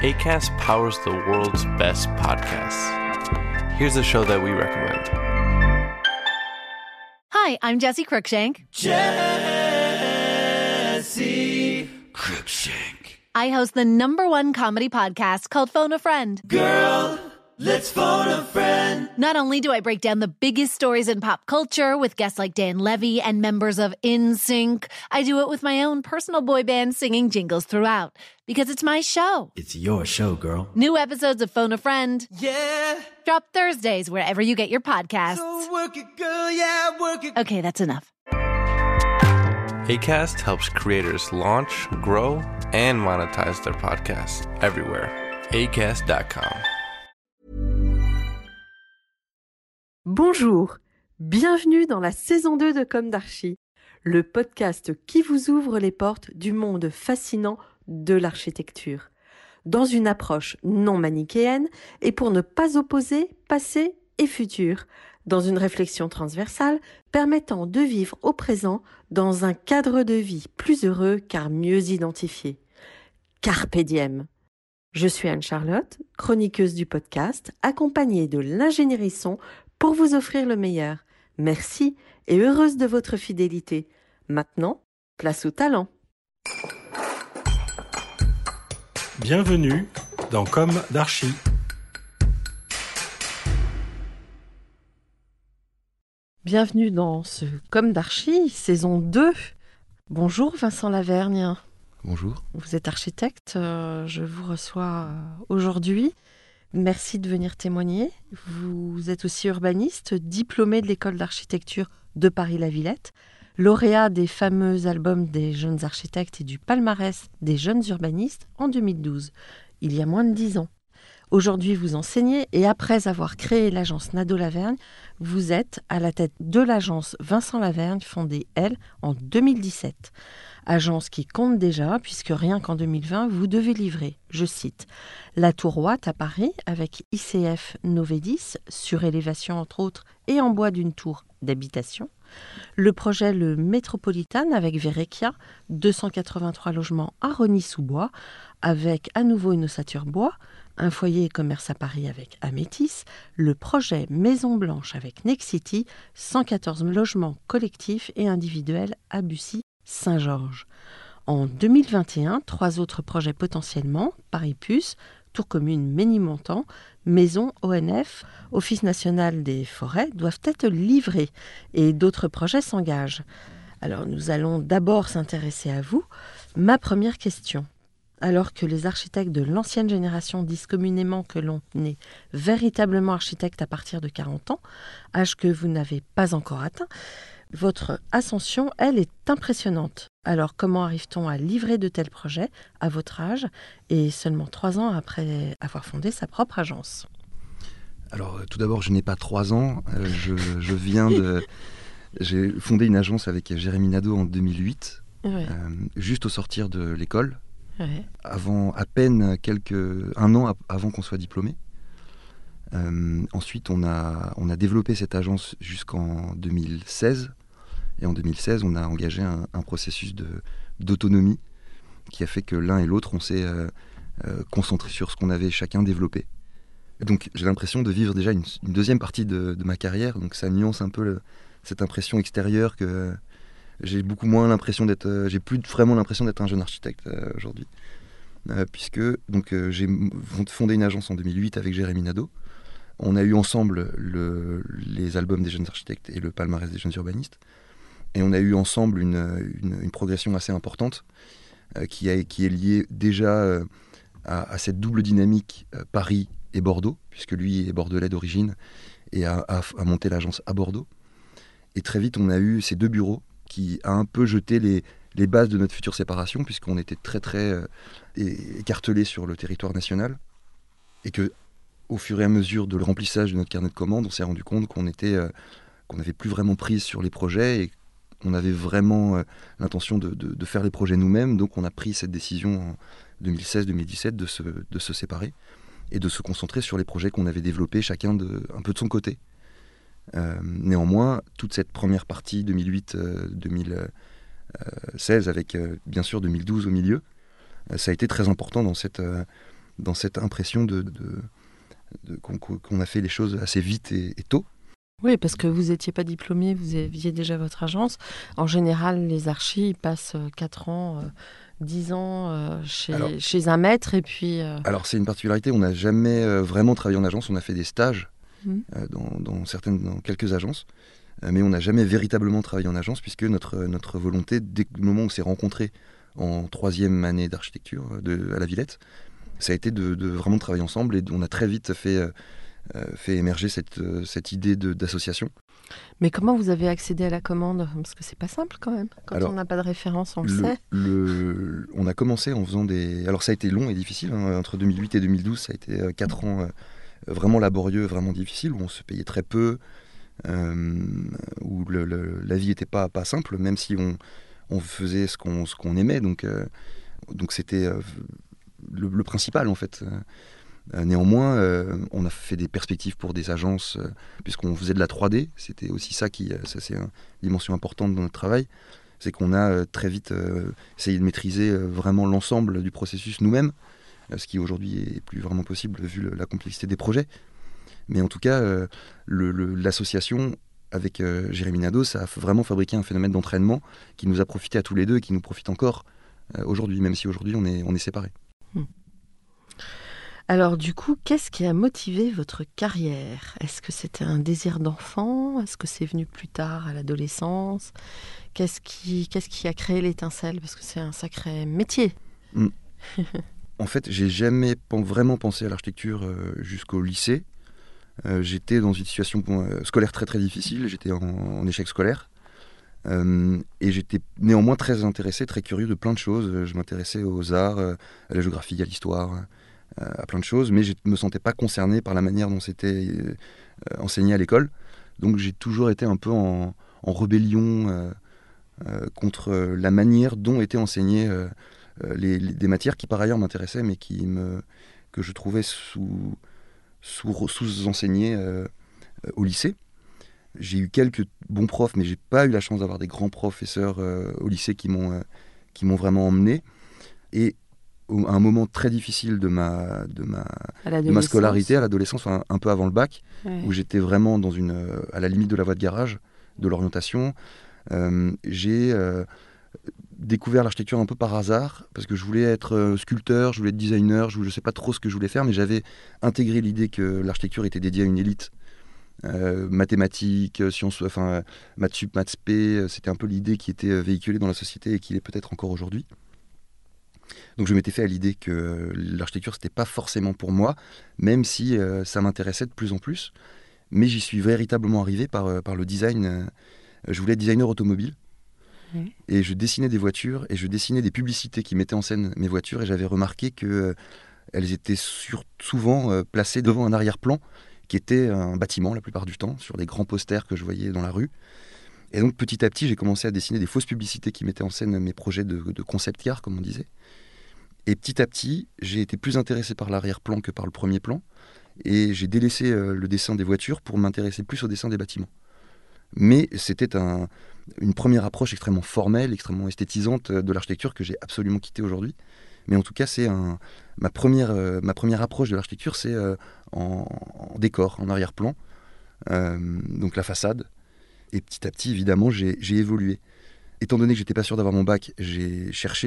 Acast powers the world's best podcasts. Here's a show that we recommend. Hi, I'm Jessie Cruikshank. Jessie Cruikshank. I host the #1 comedy podcast called Phone a Friend. Girl, let's phone a friend. Not only do I break down the biggest stories in pop culture with guests like Dan Levy and members of NSYNC, I do it with my own personal boy band singing jingles throughout. Because it's my show. It's your show, girl. New episodes of Phone a Friend Yeah. drop Thursdays wherever you get your podcasts. So work it, girl, yeah, work it. Okay, that's enough. Acast helps creators launch, grow, and monetize their podcasts everywhere. Acast.com. Bonjour, bienvenue dans la saison 2 de Comme d'Archi, le podcast qui vous ouvre les portes du monde fascinant de l'architecture, dans une approche non manichéenne et pour ne pas opposer passé et futur, dans une réflexion transversale permettant de vivre au présent dans un cadre de vie plus heureux car mieux identifié. Carpe diem. Je suis Anne-Charlotte, chroniqueuse du podcast, accompagnée de l'ingénierie son pour vous offrir le meilleur. Merci et heureuse de votre fidélité. Maintenant, place au talent. Bienvenue dans Comme d'Archi. Bienvenue dans ce Comme d'Archi, saison 2. Bonjour Vincent Lavergne. Bonjour. Vous êtes architecte, je vous reçois aujourd'hui. Merci de venir témoigner. Vous êtes aussi urbaniste, diplômé de l'école d'architecture de Paris-La Villette, lauréat des fameux albums des jeunes architectes et du palmarès des jeunes urbanistes en 2012, il y a moins de 10 ans. Aujourd'hui, vous enseignez et après avoir créé l'agence Nadeau Lavergne, vous êtes à la tête de l'agence Vincent Lavergne, fondée, elle, en 2017. Agence qui compte déjà, puisque rien qu'en 2020, vous devez livrer, je cite, la Tour Watt à Paris avec ICF Novedis, surélévation entre autres, et en bois d'une tour d'habitation. Le projet Le Métropolitan avec Verrecchia, 283 logements à Rosny-sous-Bois, avec à nouveau une ossature bois, un foyer et commerce à Paris avec Amétis, le projet Maison Blanche avec Nexity, 114 logements collectifs et individuels à Bussy-Saint-Georges. En 2021, 3 autres projets potentiellement, Paris-Puce, Tour Commune Ménilmontant, Maison ONF, Office national des forêts, doivent être livrés et d'autres projets s'engagent. Alors nous allons d'abord s'intéresser à vous. Ma première question. Alors que les architectes de l'ancienne génération disent communément que l'on est véritablement architecte à partir de 40 ans, âge que vous n'avez pas encore atteint, votre ascension, elle, est impressionnante. Alors comment arrive-t-on à livrer de tels projets à votre âge et seulement 3 ans après avoir fondé sa propre agence ? Alors tout d'abord, je n'ai pas 3 ans. Je viens de... J'ai fondé une agence avec Jérémy Nadeau en 2008, Ouais. juste au sortir de l'école. Ouais. Avant, à peine un an avant qu'on soit diplômé. Ensuite, on a développé cette agence jusqu'en 2016. Et en 2016, on a engagé un processus d'autonomie qui a fait que l'un et l'autre, on s'est concentré sur ce qu'on avait chacun développé. Et donc, j'ai l'impression de vivre déjà une deuxième partie de ma carrière. Donc, ça nuance un peu cette impression extérieure que... J'ai beaucoup moins l'impression d'être... j'ai plus vraiment l'impression d'être un jeune architecte aujourd'hui. Puisque j'ai fondé une agence en 2008 avec Jérémy Nadeau. On a eu ensemble les albums des jeunes architectes et le palmarès des jeunes urbanistes. Et on a eu ensemble une progression assez importante qui est liée déjà à cette double dynamique Paris et Bordeaux, puisque lui est bordelais d'origine et a monté l'agence à Bordeaux. Et très vite, on a eu ces 2 bureaux qui a un peu jeté les bases de notre future séparation, puisqu'on était très très écartelés sur le territoire national, et que au fur et à mesure de le remplissage de notre carnet de commandes, on s'est rendu compte qu'on n'avait plus vraiment prise sur les projets, et on avait vraiment l'intention de faire les projets nous-mêmes. Donc on a pris cette décision en 2016-2017 de se séparer, et de se concentrer sur les projets qu'on avait développés chacun un peu de son côté. Néanmoins, toute cette première partie 2008-2016 avec bien sûr 2012 au milieu, ça a été très important dans cette dans cette impression qu'on a fait les choses assez vite et tôt. Oui, parce que vous n'étiez pas diplômé, vous aviez déjà votre agence. En général, les archis ils passent 4 ans, 10 ans chez un maître. Et puis, Alors, c'est une particularité, on n'a jamais vraiment travaillé en agence. On a fait des stages dans quelques agences, mais on n'a jamais véritablement travaillé en agence, puisque notre volonté, dès le moment où on s'est rencontrés en 3e année d'architecture à la Villette, ça a été de vraiment travailler ensemble, et on a très vite fait émerger cette idée d'association. Mais comment vous avez accédé à la commande ? Parce que c'est pas simple quand même. Quand on n'a pas de référence, on le sait. On a commencé en faisant des... Alors ça a été long et difficile. Entre 2008 et 2012, ça a été 4 ans vraiment laborieux, vraiment difficiles, où on se payait très peu, où la vie n'était pas simple, même si on faisait ce qu'on aimait. Donc c'était le principal en fait. Néanmoins, on a fait des perspectives pour des agences, puisqu'on faisait de la 3D. C'était aussi ça c'est une dimension importante dans notre travail. C'est qu'on a très vite essayé de maîtriser vraiment l'ensemble du processus nous-mêmes, ce qui aujourd'hui est plus vraiment possible vu la complexité des projets. Mais en tout cas, l'association avec Jérémy Nadeau, ça a vraiment fabriqué un phénomène d'entraînement qui nous a profité à tous les deux et qui nous profite encore aujourd'hui, même si aujourd'hui on est séparés. Alors du coup, qu'est-ce qui a motivé votre carrière ? Est-ce que c'était un désir d'enfant ? Est-ce que c'est venu plus tard, à l'adolescence ? Qu'est-ce qui a créé l'étincelle ? Parce que c'est un sacré métier. En fait, j'ai jamais vraiment pensé à l'architecture jusqu'au lycée. J'étais dans une situation scolaire très très difficile, j'étais en échec scolaire. Et j'étais néanmoins très intéressé, très curieux de plein de choses. Je m'intéressais aux arts, à la géographie, à l'histoire, à plein de choses, mais je ne me sentais pas concerné par la manière dont c'était enseigné à l'école. Donc j'ai toujours été un peu en rébellion contre la manière dont étaient enseignées des matières qui par ailleurs m'intéressaient, mais que je trouvais sous-enseignées au lycée. J'ai eu quelques bons profs, mais j'ai pas eu la chance d'avoir des grands professeurs au lycée qui m'ont vraiment emmené. Et à un moment très difficile de ma scolarité, à l'adolescence, enfin, un peu avant le bac, où j'étais vraiment à la limite de la voie de garage, de l'orientation, j'ai découvert l'architecture un peu par hasard, parce que je voulais être sculpteur, je voulais être designer, je ne sais pas trop ce que je voulais faire, mais j'avais intégré l'idée que l'architecture était dédiée à une élite. Mathématiques, sciences, enfin maths sup, maths spé, c'était un peu l'idée qui était véhiculée dans la société et qui l'est peut-être encore aujourd'hui. Donc je m'étais fait à l'idée que l'architecture c'était pas forcément pour moi, même si ça m'intéressait de plus en plus. Mais j'y suis véritablement arrivé par le design. Je voulais être designer automobile. Et je dessinais des voitures et je dessinais des publicités qui mettaient en scène mes voitures, et j'avais remarqué qu'elles étaient souvent placées devant un arrière-plan qui était un bâtiment la plupart du temps, sur des grands posters que je voyais dans la rue. Et donc petit à petit, j'ai commencé à dessiner des fausses publicités qui mettaient en scène mes projets de concept car, comme on disait. Et petit à petit, j'ai été plus intéressé par l'arrière-plan que par le premier plan, et j'ai délaissé le dessin des voitures pour m'intéresser plus au dessin des bâtiments. Mais c'était une première approche extrêmement formelle, extrêmement esthétisante de l'architecture que j'ai absolument quittée aujourd'hui. Mais en tout cas, c'est ma première approche de l'architecture, c'est en décor, en arrière-plan, donc la façade. Et petit à petit, évidemment, j'ai évolué. Étant donné que j'étais pas sûr d'avoir mon bac, j'ai cherché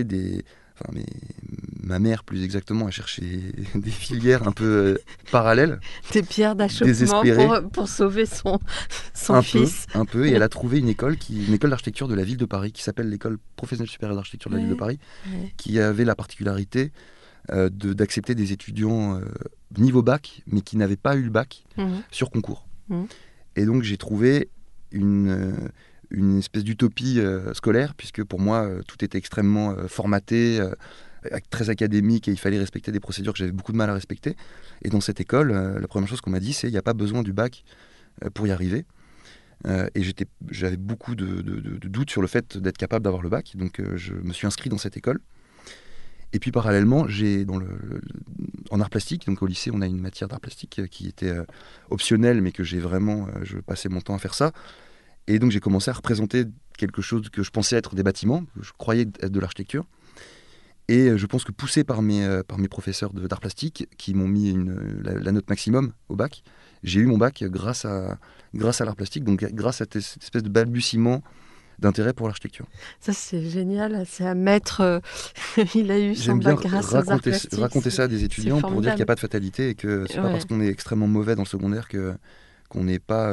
ma mère, plus exactement, a cherché des filières un peu parallèles. Des pierres d'achoppement pour sauver son fils. Un peu, et elle a trouvé une école d'architecture de la ville de Paris, qui s'appelle l'école professionnelle supérieure d'architecture de la ville de Paris, qui avait la particularité d'accepter des étudiants niveau bac, mais qui n'avaient pas eu le bac sur concours. Et donc j'ai trouvé une espèce d'utopie scolaire, puisque pour moi, tout était extrêmement formaté, très académique, et il fallait respecter des procédures que j'avais beaucoup de mal à respecter. Et dans cette école, la première chose qu'on m'a dit, c'est qu'il n'y a pas besoin du bac pour y arriver. Et j'avais beaucoup de doutes sur le fait d'être capable d'avoir le bac, donc je me suis inscrit dans cette école. Et puis parallèlement, en art plastique, donc au lycée, on a une matière d'art plastique qui était optionnelle, mais que je passais mon temps à faire ça. Et donc j'ai commencé à représenter quelque chose que je pensais être des bâtiments, que je croyais être de l'architecture. Et je pense que poussé par mes professeurs d'art plastique qui m'ont mis la note maximum au bac, j'ai eu mon bac grâce à l'art plastique, donc grâce à cette espèce de balbutiement d'intérêt pour l'architecture. Ça, c'est génial. C'est à mettre. Il a eu son J'aime bien bac grâce aux arts plastiques. raconter ça à des étudiants pour dire qu'il n'y a pas de fatalité et que c'est pas Ouais. parce qu'on est extrêmement mauvais dans le secondaire qu'on n'est pas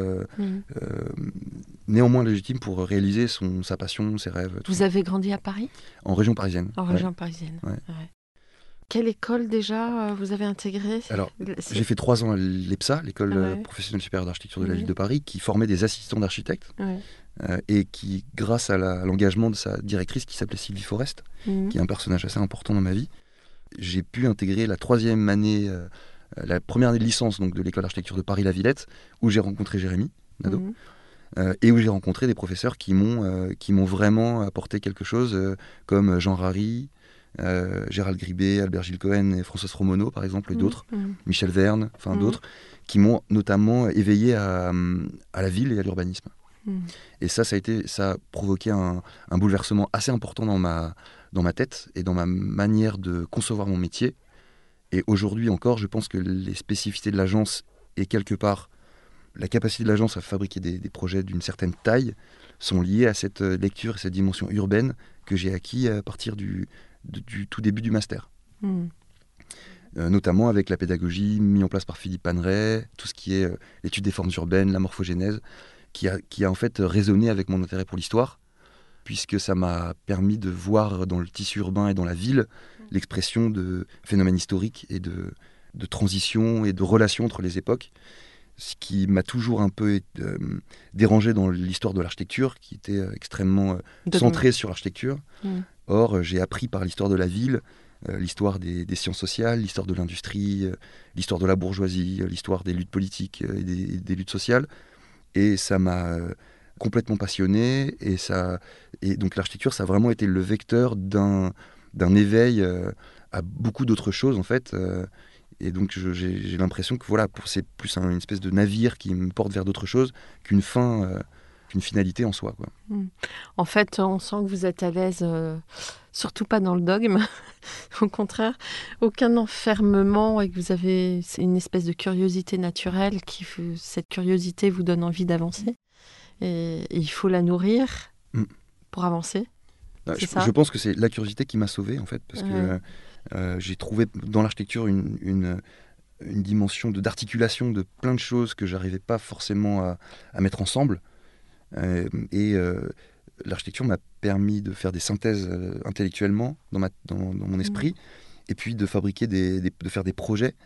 néanmoins légitime pour réaliser sa passion, ses rêves. tout Vous ça. avez grandi à Paris, En région parisienne. en ouais. région parisienne. Ouais. Ouais. Quelle école déjà vous avez intégrée? Alors, C'est- j'ai fait 3 ans à l'EPSA, l'école Ouais. professionnelle supérieure d'architecture de la Mhm. ville de Paris, qui formait des assistants d'architectes Ouais. et qui, grâce à l'engagement de sa directrice qui s'appelait Sylvie Forest, Mhm. qui est un personnage assez important dans ma vie, j'ai pu intégrer la 3e année, la première année de licence donc, de l'école d'architecture de Paris-la-Villette, où j'ai rencontré Jérémy Nadeau, Mhm. et où j'ai rencontré des professeurs qui m'ont vraiment apporté quelque chose, comme Jean Rary, Gérald Gribet, Albert Gilles Cohen et François Romono, par exemple, et d'autres, Mhm. Michel Verne, enfin Mhm. d'autres, qui m'ont notamment éveillé à la ville et à l'urbanisme. Mhm. Et ça a provoqué un bouleversement assez important dans ma tête et dans ma manière de concevoir mon métier. Et aujourd'hui encore, je pense que les spécificités de l'agence et quelque part la capacité de l'agence à fabriquer des projets d'une certaine taille sont liées à cette lecture et cette dimension urbaine que j'ai acquis à partir du tout début du master. Mhm. Notamment avec la pédagogie mise en place par Philippe Paneret, tout ce qui est l'étude des formes urbaines, la morphogénèse, qui a en fait résonné avec mon intérêt pour l'histoire, puisque ça m'a permis de voir dans le tissu urbain et dans la ville l'expression de phénomènes historiques et de transition et de relations entre les époques, ce qui m'a toujours un peu dérangé dans l'histoire de l'architecture, qui était extrêmement centrée sur l'architecture. Mm. Or, j'ai appris par l'histoire de la ville, l'histoire des sciences sociales, l'histoire de l'industrie, l'histoire de la bourgeoisie, l'histoire des luttes politiques et des luttes sociales. Et ça m'a complètement passionné. Et donc l'architecture, ça a vraiment été le vecteur d'un éveil à beaucoup d'autres choses, en fait. Et donc j'ai l'impression que voilà, c'est plus une espèce de navire qui me porte vers d'autres choses qu'une finalité en soi, quoi. En fait, on sent que vous êtes à l'aise, surtout pas dans le dogme. Au contraire, aucun enfermement et que vous avez une espèce de curiosité naturelle cette curiosité vous donne envie d'avancer. Et il faut la nourrir pour avancer. Je pense que c'est la curiosité qui m'a sauvé, en fait, parce que j'ai trouvé dans l'architecture une dimension d'articulation de plein de choses que j'arrivais pas forcément à mettre ensemble. Et l'architecture m'a permis de faire des synthèses intellectuellement dans mon esprit, et puis de fabriquer de faire des projets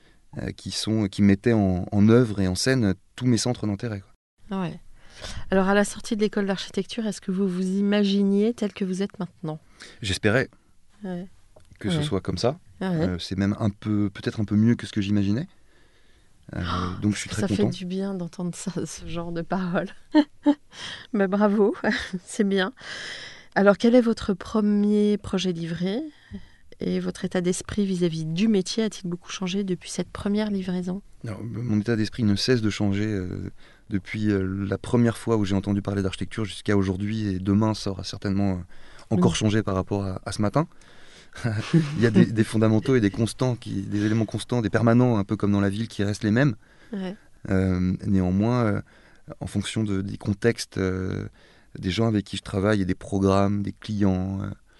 qui mettaient en œuvre et en scène tous mes centres d'intérêt, quoi. Ouais. Alors, à la sortie de l'école d'architecture, est-ce que vous vous imaginiez tel que vous êtes maintenant? J'espérais Ouais. que ce soit comme ça. Ouais. C'est même peut-être un peu mieux que ce que j'imaginais. Donc je suis très Ça content. fait du bien d'entendre ça, ce genre de paroles. Mais bravo, c'est bien. Alors, quel est votre premier projet livré? Et votre état d'esprit vis-à-vis du métier a-t-il beaucoup changé depuis cette première livraison? Alors, mon état d'esprit ne cesse de changer depuis la première fois où j'ai entendu parler d'architecture jusqu'à aujourd'hui, et demain ça aura certainement encore changé par rapport à ce matin. Il y a des fondamentaux et des constants, des éléments constants, des permanents, un peu comme dans la ville, qui restent les mêmes. Ouais. Néanmoins, en fonction des contextes, des gens avec qui je travaille et des programmes, des clients,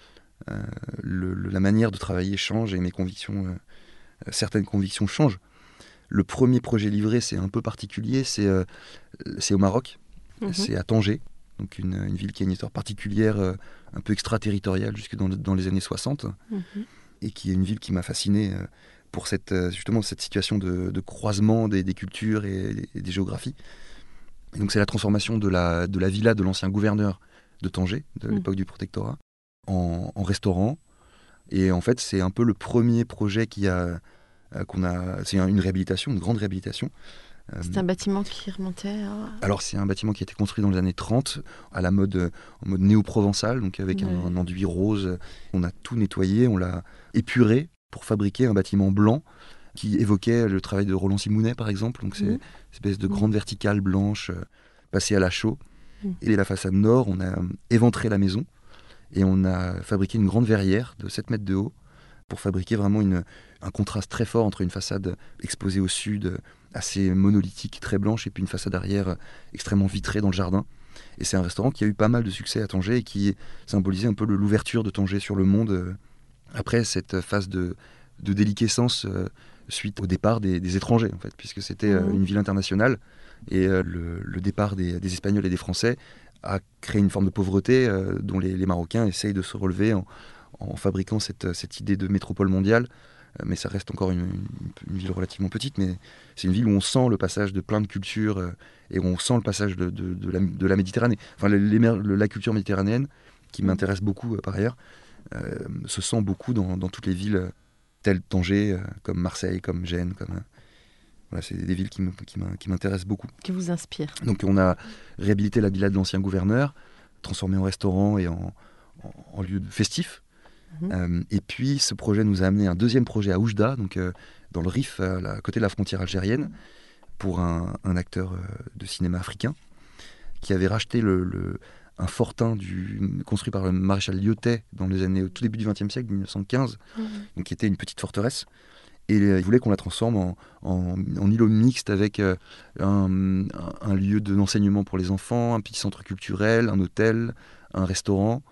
la manière de travailler change et mes convictions, certaines convictions changent. Le premier projet livré, c'est un peu particulier, c'est au Maroc, c'est à Tanger, donc une ville qui a une histoire particulière, un peu extraterritoriale jusque dans les années 60, et qui est une ville qui m'a fasciné pour justement cette situation de croisement des cultures et des géographies. Et donc c'est la transformation de la villa de l'ancien gouverneur de Tanger, de l'époque du protectorat, en restaurant. Et en fait, c'est un peu le premier projet c'est une réhabilitation, une grande réhabilitation. C'est un bâtiment qui remontait à... Alors c'est un bâtiment qui a été construit dans les années 30 en mode néo-provençal, donc avec un enduit rose. On a tout nettoyé, on l'a épuré pour fabriquer un bâtiment blanc qui évoquait le travail de Roland Simounet, par exemple. Donc c'est une espèce de grande verticale blanche passée à la chaux. Et la façade nord, on a éventré la maison Et on a fabriqué une grande verrière de 7 mètres de haut pour fabriquer vraiment un contraste très fort entre une façade exposée au sud, assez monolithique, très blanche, et puis une façade arrière extrêmement vitrée dans le jardin. Et c'est un restaurant qui a eu pas mal de succès à Tanger et qui symbolisait un peu l'ouverture de Tanger sur le monde après cette phase de déliquescence suite au départ des étrangers, en fait, puisque c'était une ville internationale. Et le départ des Espagnols et des Français a créé une forme de pauvreté dont les Marocains essayent de se relever en fabriquant cette idée de métropole mondiale. Mais ça reste encore une ville relativement petite, mais c'est une ville où on sent le passage de plein de cultures et où on sent le passage de la Méditerranée. Enfin, la culture méditerranéenne, qui m'intéresse beaucoup par ailleurs, se sent beaucoup dans toutes les villes telles Tanger, comme Marseille, comme Gênes, voilà, c'est des villes qui m'intéressent beaucoup. Qui vous inspirent. Donc on a réhabilité la villa de l'ancien gouverneur, transformé en restaurant et en lieu festif. Et puis ce projet nous a amené un deuxième projet à Oujda, donc dans le Rif, à côté de la frontière algérienne, pour un acteur de cinéma africain qui avait racheté un fortin construit par le maréchal Lyotet dans les années au tout début du XXe siècle, 1915, donc qui était une petite forteresse. Et il voulait qu'on la transforme en îlot mixte avec un lieu d'enseignement pour les enfants, un petit centre culturel, un hôtel, un restaurant,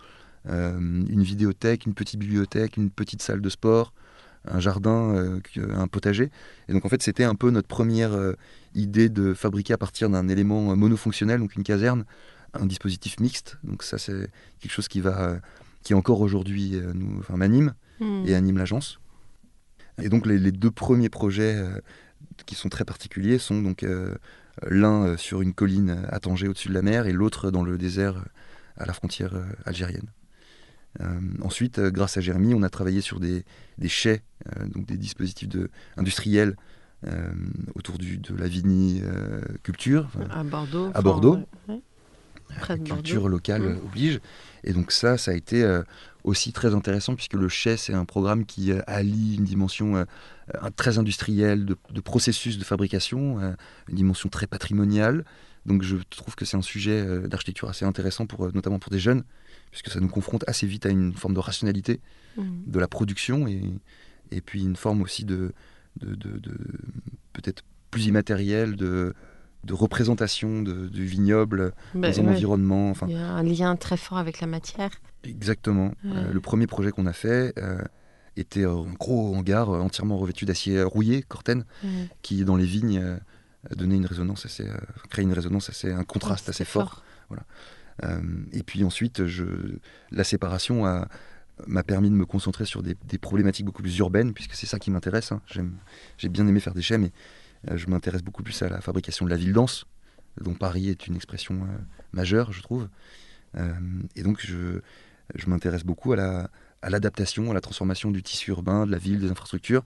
une vidéothèque, une petite bibliothèque, une petite salle de sport, un jardin, un potager. Et donc en fait c'était un peu notre première idée de fabriquer à partir d'un élément monofonctionnel, donc une caserne, un dispositif mixte. Donc ça c'est quelque chose qui encore aujourd'hui m'anime et anime l'agence. Et donc les deux premiers projets qui sont très particuliers sont donc l'un sur une colline à Tanger au-dessus de la mer et l'autre dans le désert à la frontière algérienne. Ensuite, grâce à Jérémy, on a travaillé sur des chais, donc des dispositifs industriels autour de la viniculture. À Bordeaux. À Bordeaux. Ouais. La culture locale oblige. Et donc ça a été aussi très intéressant puisque le chais, c'est un programme qui allie une dimension très industrielle de processus de fabrication, une dimension très patrimoniale. Donc je trouve que c'est un sujet d'architecture assez intéressant, notamment pour des jeunes, puisque ça nous confronte assez vite à une forme de rationalité de la production et puis une forme aussi de peut-être plus immatérielle de représentation du vignoble dans un environnement. Il y a un lien très fort avec la matière. Exactement. Le premier projet qu'on a fait était un gros hangar entièrement revêtu d'acier rouillé, Corten, qui dans les vignes donnait une résonance créait une résonance un contraste assez fort. Voilà. Et puis ensuite, la séparation m'a permis de me concentrer sur des problématiques beaucoup plus urbaines, puisque c'est ça qui m'intéresse. J'ai bien aimé faire des chais, mais je m'intéresse beaucoup plus à la fabrication de la ville dense, dont Paris est une expression majeure, je trouve. Et donc, je m'intéresse beaucoup à l'adaptation, à la transformation du tissu urbain, de la ville, des infrastructures,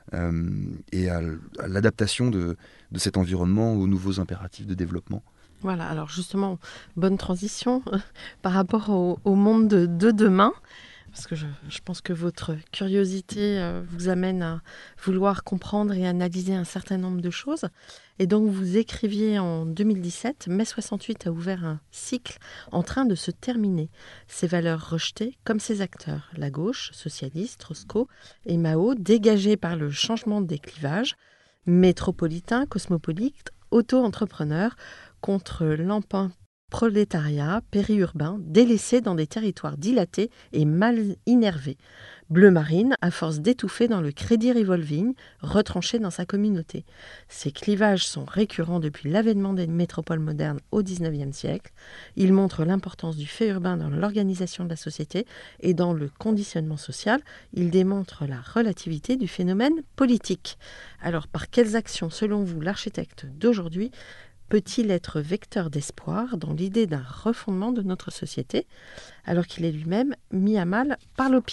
et à l'adaptation de cet environnement aux nouveaux impératifs de développement. Voilà, alors justement, bonne transition par rapport au monde de demain, parce que je pense que votre curiosité vous amène à vouloir comprendre et analyser un certain nombre de choses. Et donc vous écriviez en 2017, Mai 68 a ouvert un cycle en train de se terminer. Ses valeurs rejetées comme ses acteurs, la gauche, socialiste, Trotsko et Mao, dégagés par le changement des clivages, métropolitains, cosmopolites, auto-entrepreneurs, contre l'emprunt prolétariat périurbain délaissé dans des territoires dilatés et mal innervés. Bleu marine, à force d'étouffer dans le crédit revolving, retranché dans sa communauté. Ces clivages sont récurrents depuis l'avènement des métropoles modernes au XIXe siècle. Ils montrent l'importance du fait urbain dans l'organisation de la société et dans le conditionnement social. Ils démontrent la relativité du phénomène politique. Alors, par quelles actions, selon vous, l'architecte d'aujourd'hui peut-il être vecteur d'espoir dans l'idée d'un refondement de notre société, alors qu'il est lui-même mis à mal par l'opinion ?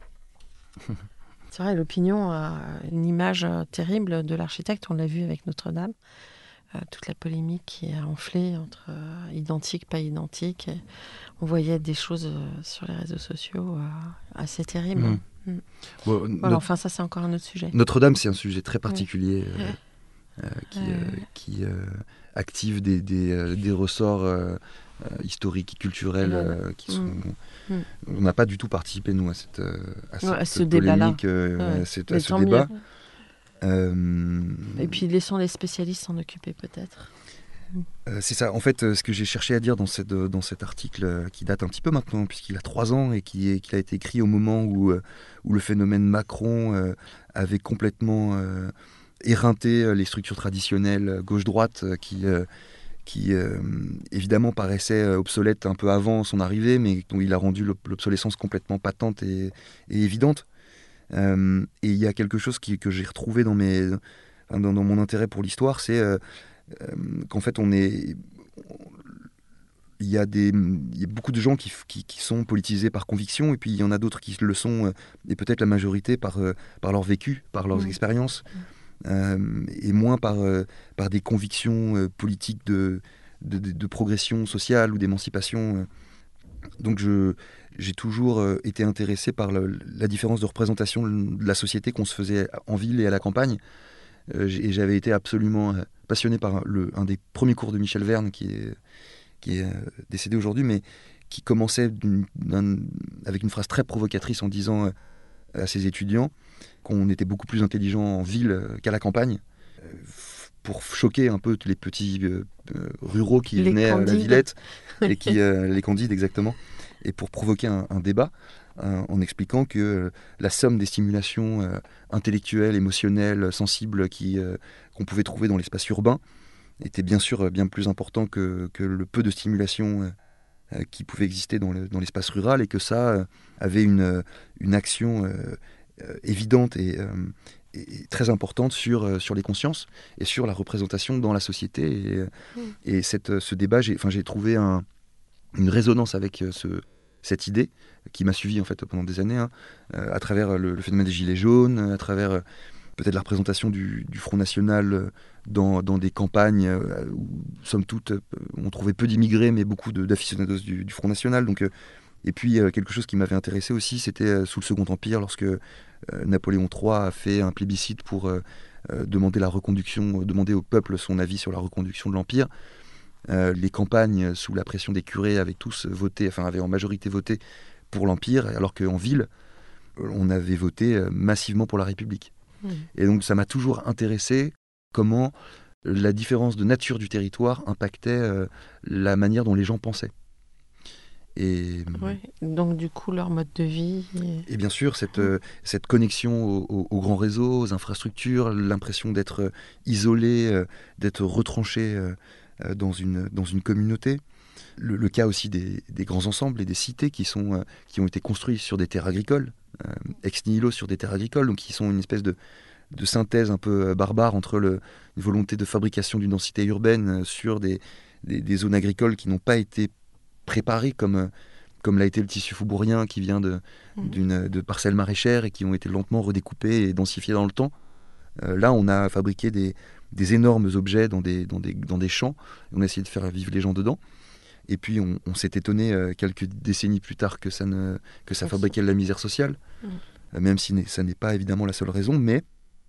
C'est vrai, l'opinion a une image terrible de l'architecte, on l'a vu avec Notre-Dame, toute la polémique qui a enflé entre identique, pas identique. Et on voyait des choses sur les réseaux sociaux assez terribles. Bon, enfin, ça c'est encore un autre sujet. Notre-Dame, c'est un sujet très particulier qui active des ressorts historiques, culturelles, qui sont... Mm. On n'a pas du tout participé, nous, à cette ce débat-là. polémique, à ce tant débat. Et puis laissons les spécialistes s'en occuper peut-être. C'est ça. En fait, ce que j'ai cherché à dire dans cet article qui date un petit peu maintenant, puisqu'il a 3 ans et qu'il a été écrit au moment où le phénomène Macron avait complètement éreinté les structures traditionnelles gauche-droite qui évidemment paraissaient obsolètes un peu avant son arrivée, mais dont il a rendu l'obsolescence complètement patente et évidente. Et il y a quelque chose que j'ai retrouvé dans mon intérêt pour l'histoire, c'est qu'en fait il y a beaucoup de gens qui sont politisés par conviction, et puis il y en a d'autres qui le sont, et peut-être la majorité par leur vécu, par leurs expériences, et moins par des convictions politiques de progression sociale ou d'émancipation. Donc j'ai toujours été intéressé par la différence de représentation de la société qu'on se faisait en ville et à la campagne. Et j'avais été absolument passionné par un des premiers cours de Michel Verne, qui est décédé aujourd'hui, mais qui commençait avec une phrase très provocatrice en disant à ses étudiants qu'on était beaucoup plus intelligent en ville qu'à la campagne, pour choquer un peu tous les petits ruraux qui venaient à la Villette, et les candides exactement, et pour provoquer un débat, en expliquant que la somme des stimulations intellectuelles, émotionnelles, sensibles qu'on pouvait trouver dans l'espace urbain était bien sûr bien plus important que le peu de stimulation qui pouvait exister dans l'espace rural, et que ça avait une action évidente et très importante sur les consciences et sur la représentation dans la société. Et ce débat, j'ai trouvé une résonance avec cette idée qui m'a suivi en fait pendant des années, à travers le phénomène des Gilets jaunes, à travers peut-être la représentation du Front National dans des campagnes où, somme toute, on trouvait peu d'immigrés, mais beaucoup d'aficionados du Front National. Donc, et puis, quelque chose qui m'avait intéressé aussi, c'était sous le Second Empire, lorsque Napoléon III a fait un plébiscite pour demander au peuple son avis sur la reconduction de l'Empire. Les campagnes, sous la pression des curés, avaient en majorité voté pour l'Empire, alors qu'en ville, on avait voté massivement pour la République. Et donc ça m'a toujours intéressé comment la différence de nature du territoire impactait la manière dont les gens pensaient. Et donc du coup leur mode de vie. Et bien sûr cette connexion aux grands réseaux, aux infrastructures, l'impression d'être isolé, d'être retranché dans une communauté. Le cas aussi des grands ensembles et des cités qui ont été construits sur des terres agricoles, ex nihilo sur des terres agricoles, donc qui sont une espèce de synthèse un peu barbare entre une volonté de fabrication d'une densité urbaine sur des zones agricoles qui n'ont pas été préparées comme l'a été le tissu faubourien, qui vient de parcelles maraîchères et qui ont été lentement redécoupées et densifiées dans le temps. Là, on a fabriqué des énormes objets dans des champs, et on a essayé de faire vivre les gens dedans. Et puis on s'est étonné quelques décennies plus tard que ça fabriquait de la misère sociale, même si ça n'est pas évidemment la seule raison, mais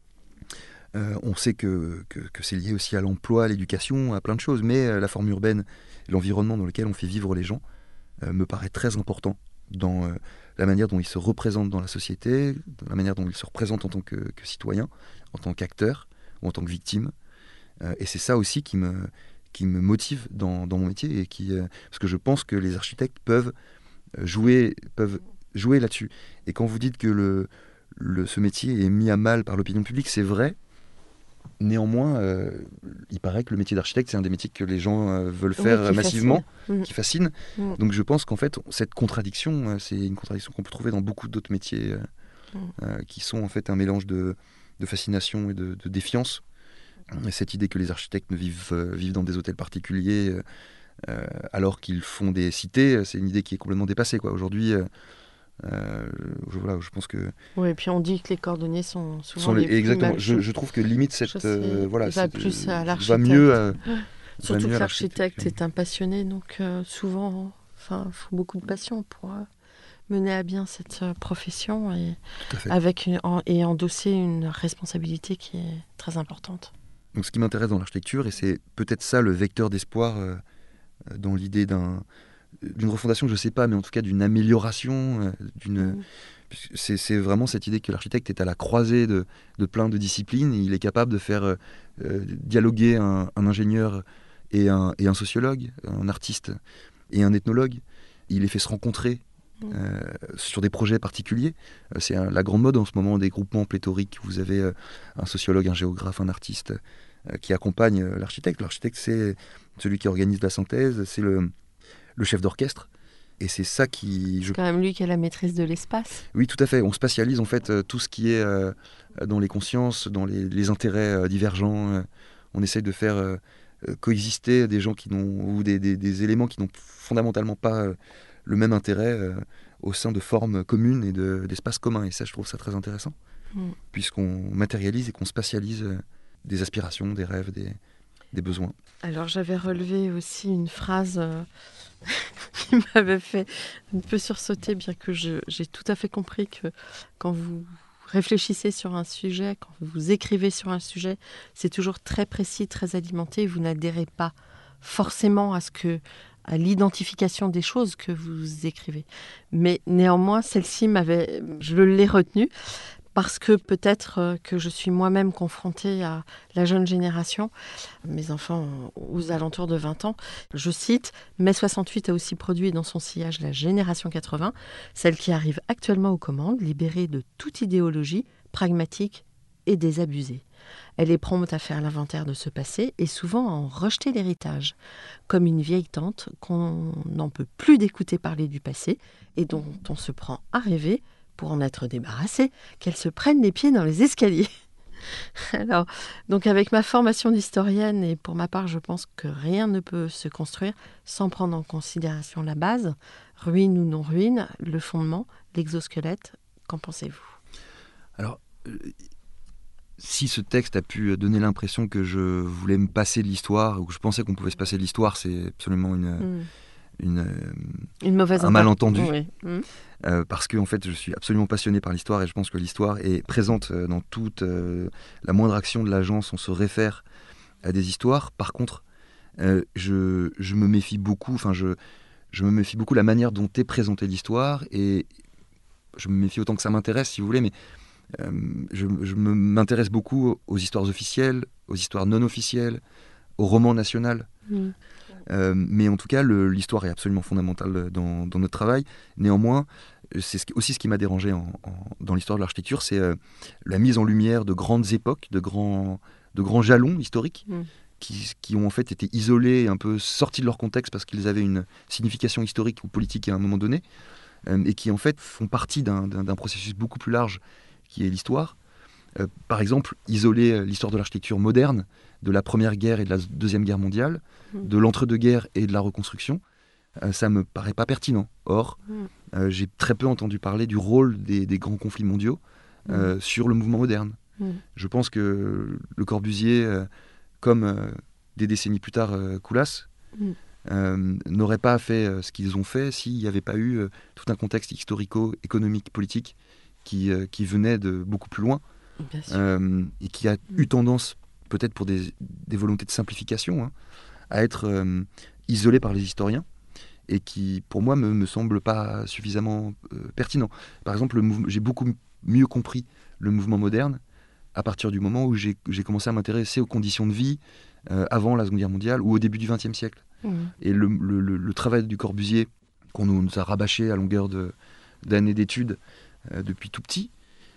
on sait que c'est lié aussi à l'emploi, à l'éducation, à plein de choses, mais la forme urbaine, l'environnement dans lequel on fait vivre les gens, me paraît très important dans la manière dont ils se représentent dans la société, dans la manière dont ils se représentent en tant que citoyens, en tant qu'acteurs ou en tant que victimes. Et c'est ça aussi qui me motive dans mon métier, et parce que je pense que les architectes peuvent jouer là-dessus. Et quand vous dites que ce métier est mis à mal par l'opinion publique, c'est vrai. Néanmoins, il paraît que le métier d'architecte, c'est un des métiers que les gens veulent faire massivement, qui fascine. Donc je pense qu'en fait, cette contradiction, c'est une contradiction qu'on peut trouver dans beaucoup d'autres métiers qui sont en fait un mélange de fascination et de défiance. Cette idée que les architectes ne vivent dans des hôtels particuliers alors qu'ils font des cités, c'est une idée qui est complètement dépassée, quoi. Aujourd'hui, je pense que... Oui, et puis on dit que les cordonniers sont souvent les plus exactement. mal. Je trouve que limite va plus à l'architecte. Va mieux surtout que l'architecte est un passionné, donc souvent, il faut beaucoup de passion pour mener à bien cette profession et endosser une responsabilité qui est très importante. Donc ce qui m'intéresse dans l'architecture, et c'est peut-être ça le vecteur d'espoir dans l'idée d'une refondation, je ne sais pas, mais en tout cas d'une amélioration, c'est vraiment cette idée que l'architecte est à la croisée de plein de disciplines. Il est capable de faire dialoguer un ingénieur et un sociologue, un artiste et un ethnologue. Il les fait se rencontrer sur des projets particuliers. C'est la grande mode en ce moment des groupements pléthoriques. Vous avez un sociologue, un géographe, un artiste qui accompagne l'architecte. L'architecte, c'est celui qui organise la synthèse, c'est le chef d'orchestre. Et c'est ça qui... C'est quand même lui qui a la maîtrise de l'espace. Oui, tout à fait. On spatialise en fait tout ce qui est dans les consciences, dans les intérêts divergents. On essaye de faire coexister des gens ou des éléments qui n'ont fondamentalement pas le même intérêt au sein de formes communes et d'espaces communs. Et ça, je trouve ça très intéressant, puisqu'on matérialise et qu'on spatialise des aspirations, des rêves, des besoins. Alors j'avais relevé aussi une phrase qui m'avait fait un peu sursauter, bien que j'ai tout à fait compris que quand vous réfléchissez sur un sujet, quand vous écrivez sur un sujet, c'est toujours très précis, très alimenté, et vous n'adhérez pas forcément à l'identification des choses que vous écrivez. Mais néanmoins, celle-ci je l'ai retenue, parce que peut-être que je suis moi-même confrontée à la jeune génération, mes enfants aux alentours de 20 ans. Je cite, « Mai 68 a aussi produit dans son sillage la génération 80, celle qui arrive actuellement aux commandes, libérée de toute idéologie, pragmatique et désabusée. Elle est prompte à faire l'inventaire de ce passé et souvent à en rejeter l'héritage, comme une vieille tante qu'on n'en peut plus d'écouter parler du passé et dont on se prend à rêver, pour en être débarrassée, qu'elle se prenne les pieds dans les escaliers. » Alors, donc avec ma formation d'historienne, et pour ma part, je pense que rien ne peut se construire sans prendre en considération la base, ruine ou non ruine, le fondement, l'exosquelette. Qu'en pensez-vous ? Alors, si ce texte a pu donner l'impression que je voulais me passer de l'histoire, ou que je pensais qu'on pouvait se passer de l'histoire, c'est absolument une mauvaise un malentendu. Oui. Parce que en fait, je suis absolument passionné par l'histoire et je pense que l'histoire est présente dans toute la moindre action de l'agence. On se réfère à des histoires. Par contre, je me méfie beaucoup. Je me méfie beaucoup de la manière dont est présentée l'histoire et je me méfie autant que ça m'intéresse, si vous voulez. Mais je m'intéresse beaucoup aux histoires officielles, aux histoires non officielles, au roman national. Mais en tout cas, l'histoire est absolument fondamentale dans notre travail. Néanmoins, c'est aussi ce qui m'a dérangé dans l'histoire de l'architecture, c'est la mise en lumière de grandes époques, de grands jalons historiques qui ont en fait été isolés et un peu sortis de leur contexte parce qu'ils avaient une signification historique ou politique à un moment donné, et qui en fait font partie d'un processus beaucoup plus large qui est l'histoire. Par exemple, isoler l'histoire de l'architecture moderne de la Première Guerre et de la Deuxième Guerre mondiale, de l'entre-deux-guerres et de la reconstruction, ça me paraît pas pertinent. Or, j'ai très peu entendu parler du rôle des grands conflits mondiaux sur le mouvement moderne. Je pense que Le Corbusier, comme des décennies plus tard Coulas, n'aurait pas fait ce qu'ils ont fait s'il n'y avait pas eu tout un contexte historico-économique, politique qui venait de beaucoup plus loin. Et qui a eu tendance, peut-être pour des volontés de simplification, à être isolé par les historiens et qui, pour moi, me semble pas suffisamment pertinent. Par exemple, j'ai beaucoup mieux compris le mouvement moderne à partir du moment où j'ai commencé à m'intéresser aux conditions de vie avant la Seconde Guerre mondiale ou au début du XXe siècle. Et le travail du Corbusier, qu'on nous a rabâché à longueur d'années d'études depuis tout petit,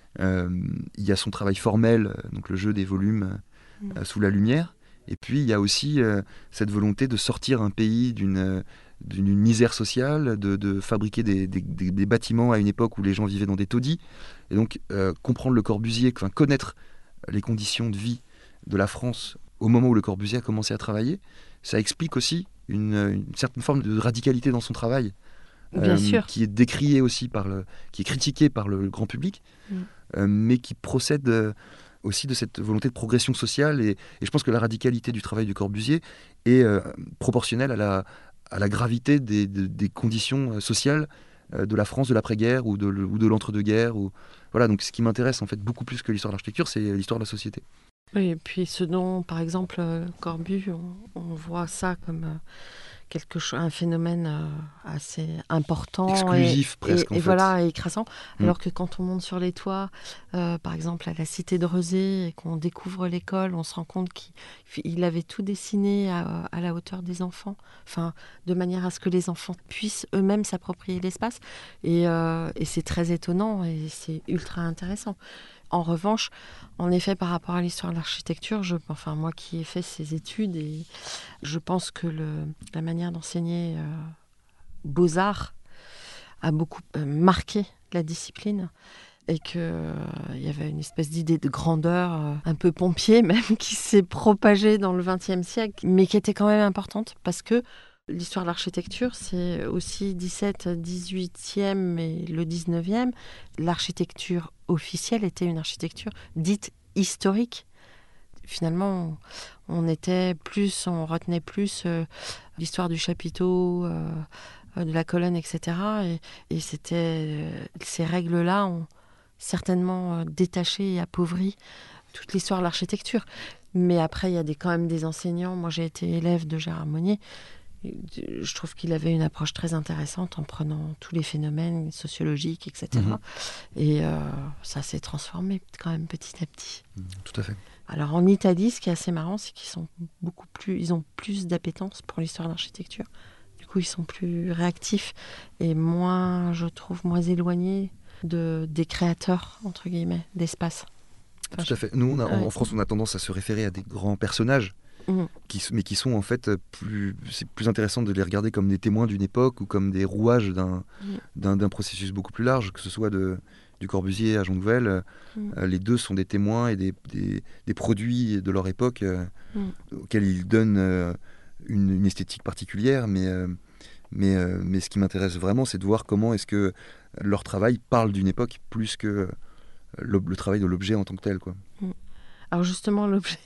il y a son travail formel, donc le jeu des volumes sous la lumière, et puis il y a aussi cette volonté de sortir un pays d'une misère sociale, de fabriquer des bâtiments à une époque où les gens vivaient dans des taudis, et donc comprendre Le Corbusier, connaître les conditions de vie de la France au moment où Le Corbusier a commencé à travailler, ça explique aussi une certaine forme de radicalité dans son travail, qui est décriée aussi qui est critiquée par le grand public, mais qui procède aussi de cette volonté de progression sociale, et je pense que la radicalité du travail du Corbusier est proportionnelle à la gravité des conditions sociales de la France de l'après-guerre ou de l'entre-deux-guerres. Voilà, donc ce qui m'intéresse en fait beaucoup plus que l'histoire de l'architecture, c'est l'histoire de la société. Oui, et puis ce dont, par exemple, Corbu, on voit ça comme un phénomène assez important. Exclusif presque, en fait. Voilà, et écrassant. Alors que quand on monte sur les toits, par exemple à la cité de Rezé, et qu'on découvre l'école, on se rend compte qu'il avait tout dessiné à la hauteur des enfants, de manière à ce que les enfants puissent eux-mêmes s'approprier l'espace. Et c'est très étonnant et c'est ultra intéressant. En revanche, en effet, par rapport à l'histoire de l'architecture, moi qui ai fait ces études, et je pense que la manière d'enseigner Beaux-Arts a beaucoup marqué la discipline, et qu'il y avait une espèce d'idée de grandeur, un peu pompier même, qui s'est propagée dans le XXe siècle, mais qui était quand même importante, parce que l'histoire de l'architecture, c'est aussi 17, 18e et le 19e. L'architecture officielle était une architecture dite historique. Finalement, on retenait plus l'histoire du chapiteau, de la colonne, etc. Et ces règles-là ont certainement détaché et appauvri toute l'histoire de l'architecture. Mais après, il y a quand même des enseignants. Moi, j'ai été élève de Gérard Monnier. Je trouve qu'il avait une approche très intéressante en prenant tous les phénomènes sociologiques, etc. Et ça s'est transformé quand même petit à petit. Tout à fait. Alors en Italie, ce qui est assez marrant, c'est ils ont plus d'appétence pour l'histoire de l'architecture. Du coup, ils sont plus réactifs et je trouve, moins éloignés des créateurs, entre guillemets, d'espace. Tout à fait. Nous, en France, on a tendance à se référer à des grands personnages, mais qui sont en fait c'est plus intéressant de les regarder comme des témoins d'une époque ou comme des rouages d'un processus beaucoup plus large, que ce soit du Corbusier à Jean Nouvel. Les deux sont des témoins et des produits de leur époque auxquels ils donnent une esthétique particulière, mais ce qui m'intéresse vraiment, c'est de voir comment est-ce que leur travail parle d'une époque plus que le travail de l'objet en tant que tel, quoi. Alors justement, l'objet...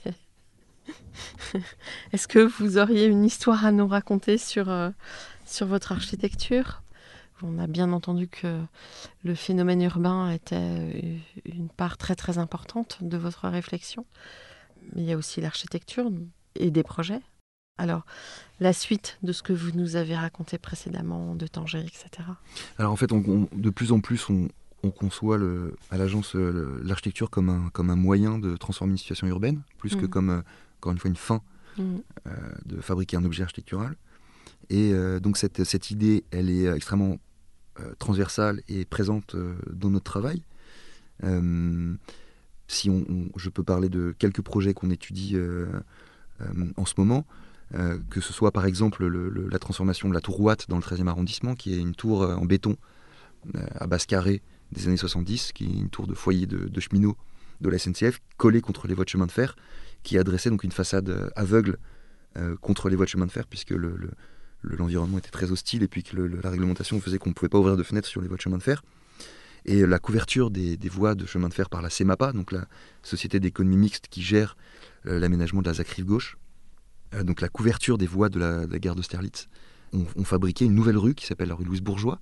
Est-ce que vous auriez une histoire à nous raconter sur votre architecture ? On a bien entendu que le phénomène urbain était une part très très importante de votre réflexion. Mais il y a aussi l'architecture et des projets. Alors, la suite de ce que vous nous avez raconté précédemment, de Tanger, etc. Alors en fait, de plus en plus, on conçoit à l'agence l'architecture comme un moyen de transformer une situation urbaine, plus que comme, encore une fois, une fin de fabriquer un objet architectural. Et donc cette idée, elle est extrêmement transversale et présente dans notre travail. Je peux parler de quelques projets qu'on étudie en ce moment, que ce soit par exemple la transformation de la tour Watt dans le 13e arrondissement, qui est une tour en béton à base carrée des années 70, qui est une tour de foyer de cheminot de la SNCF, collée contre les voies de chemin de fer, qui adressait donc une façade aveugle contre les voies de chemin de fer, puisque l'environnement était très hostile et puis que la réglementation faisait qu'on ne pouvait pas ouvrir de fenêtres sur les voies de chemin de fer. Et la couverture des voies de chemin de fer par la CEMAPA, donc la Société d'économie mixte qui gère l'aménagement de la ZAC rive gauche, donc la couverture des voies de la gare d'Austerlitz, on fabriquait une nouvelle rue qui s'appelle la rue Louise Bourgeois,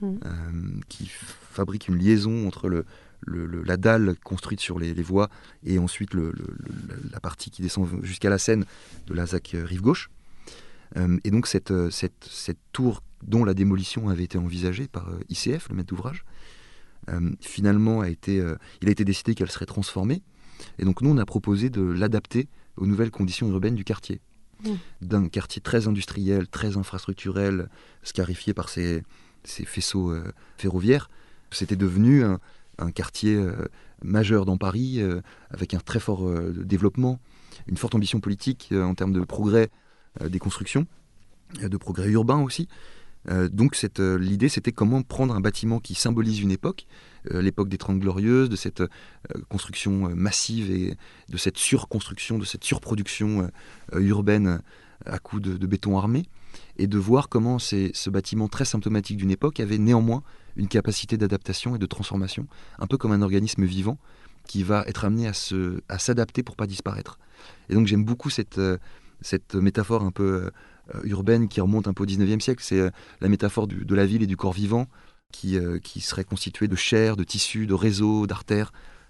qui fabrique une liaison entre la dalle construite sur les voies et ensuite la partie qui descend jusqu'à la Seine de la ZAC rive gauche. Et donc cette tour dont la démolition avait été envisagée par ICF, le maître d'ouvrage, finalement il a été décidé qu'elle serait transformée. Et donc nous on a proposé de l'adapter aux nouvelles conditions urbaines du quartier. D'un quartier très industriel, très infrastructurel, scarifié par ces faisceaux ferroviaires, c'était devenu un quartier majeur dans Paris, avec un très fort développement, une forte ambition politique en termes de progrès des constructions, de progrès urbain aussi. Donc l'idée, c'était comment prendre un bâtiment qui symbolise une époque, l'époque des 30 Glorieuses, de cette construction massive et de cette surconstruction, de cette surproduction urbaine à coups de béton armé, et de voir comment ce bâtiment très symptomatique d'une époque avait néanmoins une capacité d'adaptation et de transformation, un peu comme un organisme vivant qui va être amené à s'adapter pour ne pas disparaître. Et donc j'aime beaucoup cette métaphore un peu urbaine qui remonte un peu au 19e siècle. C'est la métaphore de la ville et du corps vivant qui serait constitué de chair, de tissus, de réseaux, d'artères,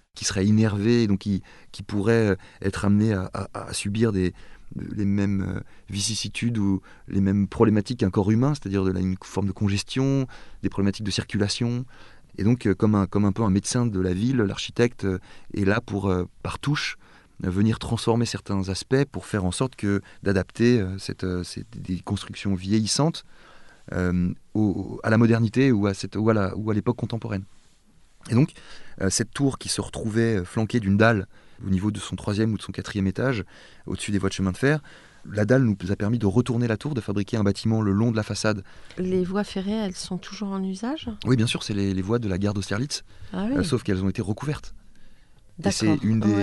qui seraient innervés, donc qui pourraient être amenés à subir les mêmes vicissitudes ou les mêmes problématiques qu'un corps humain, c'est-à-dire une forme de congestion, des problématiques de circulation. Et donc, comme un peu un médecin de la ville, l'architecte est là pour, par touche, venir transformer certains aspects pour faire en sorte d'adapter des constructions vieillissantes à la modernité ou à l'époque contemporaine. Et donc, cette tour qui se retrouvait flanquée d'une dalle au niveau de son 3e ou de son 4e étage, au-dessus des voies de chemin de fer, la dalle nous a permis de retourner la tour, de fabriquer un bâtiment le long de la façade. Les voies ferrées, elles sont toujours en usage ? Oui, bien sûr, c'est les voies de la gare d'Austerlitz, sauf qu'elles ont été recouvertes. Et c'est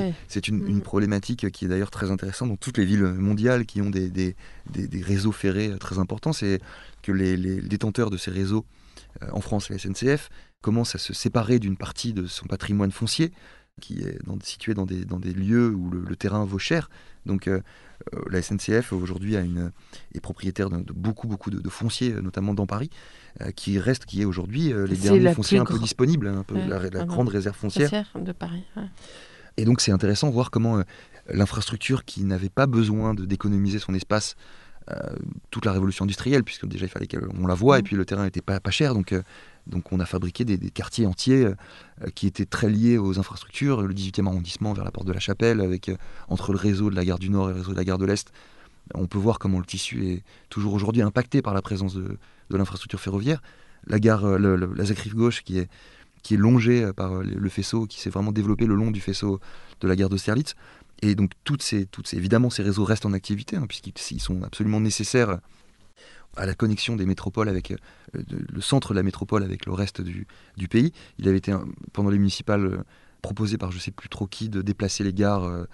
une problématique qui est d'ailleurs très intéressante dans toutes les villes mondiales qui ont des réseaux ferrés très importants. C'est que les détenteurs de ces réseaux, en France la SNCF, commencent à se séparer d'une partie de son patrimoine foncier qui est situé dans des lieux où le terrain vaut cher. Donc la SNCF aujourd'hui est propriétaire de beaucoup de fonciers, notamment dans Paris, qui est aujourd'hui les derniers fonciers un peu disponibles, la grande réserve foncière de Paris. Ouais. Et donc c'est intéressant de voir comment l'infrastructure qui n'avait pas besoin d'économiser son espace toute la révolution industrielle, puisque déjà il fallait qu'on la voie, et puis le terrain n'était pas cher, donc on a fabriqué des quartiers entiers qui étaient très liés aux infrastructures, le 18e arrondissement vers la porte de la Chapelle, entre le réseau de la gare du Nord et le réseau de la gare de l'Est. On peut voir comment le tissu est toujours aujourd'hui impacté par la présence de l'infrastructure ferroviaire. La gare, la ZAC Rive-Gauche qui est longée par le faisceau, qui s'est vraiment développé le long du faisceau de la gare d'Austerlitz. Et donc évidemment ces réseaux restent en activité, puisqu'ils sont absolument nécessaires à la connexion des métropoles avec le centre de la métropole avec le reste du pays. Il avait été, pendant les municipales, proposé par je ne sais plus trop qui de déplacer les gares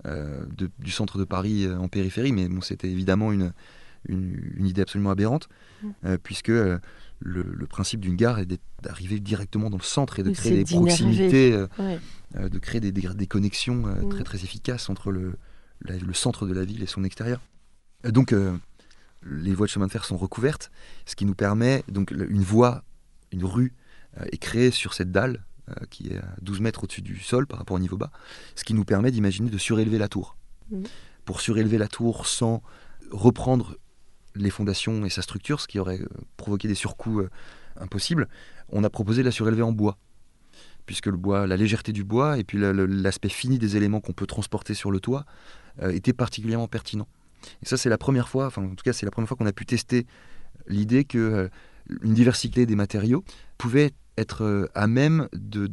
du centre de Paris en périphérie, mais bon, c'était évidemment une idée absolument aberrante, puisque le principe d'une gare est d'arriver directement dans le centre et de créer des proximités, de créer des connexions très très efficaces entre le centre de la ville et son extérieur. Donc les voies de chemin de fer sont recouvertes, ce qui nous permet, donc une rue est créée sur cette dalle qui est à 12 mètres au-dessus du sol par rapport au niveau bas, ce qui nous permet d'imaginer de surélever la tour. Pour surélever la tour sans reprendre les fondations et sa structure, ce qui aurait provoqué des surcoûts impossibles, on a proposé de la surélever en bois, puisque le bois, la légèreté du bois et puis l'aspect fini des éléments qu'on peut transporter sur le toit était particulièrement pertinent. Et ça, c'est la première fois, c'est la première fois qu'on a pu tester l'idée que une diversité des matériaux pouvait être à même de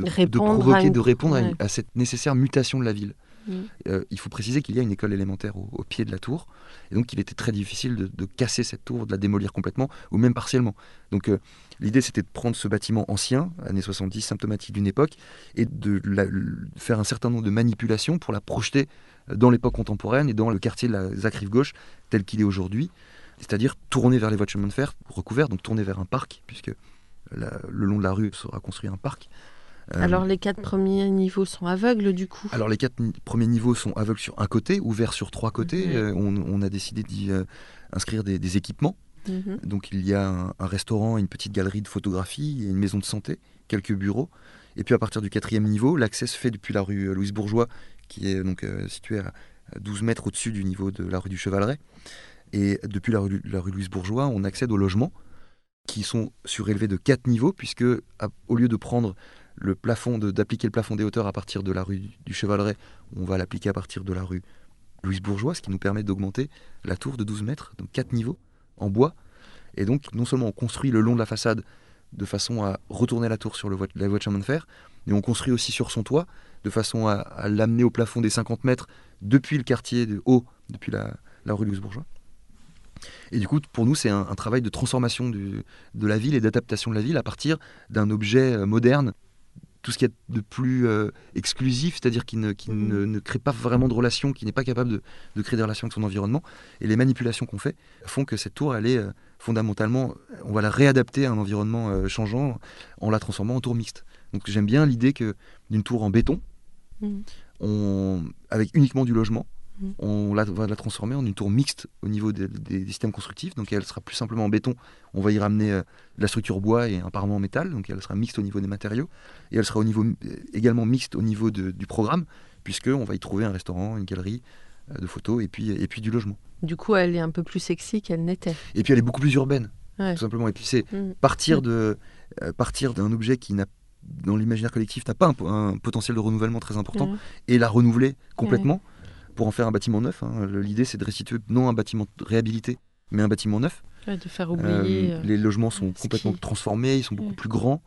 répondre à cette nécessaire mutation de la ville. Il faut préciser qu'il y a une école élémentaire au pied de la tour, et donc il était très difficile de casser cette tour, de la démolir complètement, ou même partiellement. Donc l'idée, c'était de prendre ce bâtiment ancien, années 70, symptomatique d'une époque, et de faire un certain nombre de manipulations pour la projeter dans l'époque contemporaine et dans le quartier de la ZAC Rive-Gauche tel qu'il est aujourd'hui, c'est-à-dire tourner vers les voies de chemin de fer recouvertes, donc tourner vers un parc, puisque le long de la rue sera construit un parc. Alors les 4 premiers niveaux sont aveugles du coup ? Alors les 4 premiers niveaux sont aveugles sur un côté, ouverts sur 3 côtés. On a décidé d'y inscrire des équipements. Donc il y a un restaurant, une petite galerie de photographie, une maison de santé, quelques bureaux. Et puis à partir du 4e niveau, l'accès se fait depuis la rue Louise Bourgeois, qui est donc située à 12 mètres au-dessus du niveau de la rue du Chevaleret. Et depuis la rue Louise Bourgeois, on accède aux logements qui sont surélevés de 4 niveaux, puisque au lieu de prendre le plafond, d'appliquer le plafond des hauteurs à partir de la rue du Chevaleret, on va l'appliquer à partir de la rue Louise Bourgeois, ce qui nous permet d'augmenter la tour de 12 mètres, donc 4 niveaux en bois. Et donc non seulement on construit le long de la façade de façon à retourner la tour sur la voie de chemin de fer, mais on construit aussi sur son toit de façon à l'amener au plafond des 50 mètres depuis le quartier de haut, depuis la rue Louise Bourgeois. Et du coup, pour nous, c'est un travail de transformation de la ville et d'adaptation de la ville à partir d'un objet moderne, tout ce qu'il y a de plus exclusif, c'est-à-dire qui ne crée pas vraiment de relations, qui n'est pas capable de créer des relations avec son environnement. Et les manipulations qu'on fait font que cette tour, elle est fondamentalement, on va la réadapter à un environnement changeant en la transformant en tour mixte. Donc j'aime bien l'idée d'une tour en béton, avec uniquement du logement, On va la transformer en une tour mixte au niveau des systèmes constructifs. Donc elle sera plus simplement en béton. On va y ramener de la structure bois et un parement en métal. Donc elle sera mixte au niveau des matériaux. Et elle sera également mixte au niveau du programme, puisqu'on va y trouver un restaurant, une galerie de photos et puis du logement. Du coup, elle est un peu plus sexy qu'elle n'était. Et puis elle est beaucoup plus urbaine, Ouais. tout simplement. Et puis c'est partir d'un objet qui dans l'imaginaire collectif n'a pas un potentiel de renouvellement très important et la renouveler complètement pour en faire un bâtiment neuf. L'idée, c'est de restituer non un bâtiment réhabilité, mais un bâtiment neuf. Ouais, de faire oublier. Les logements sont complètement transformés, ils sont beaucoup plus grands.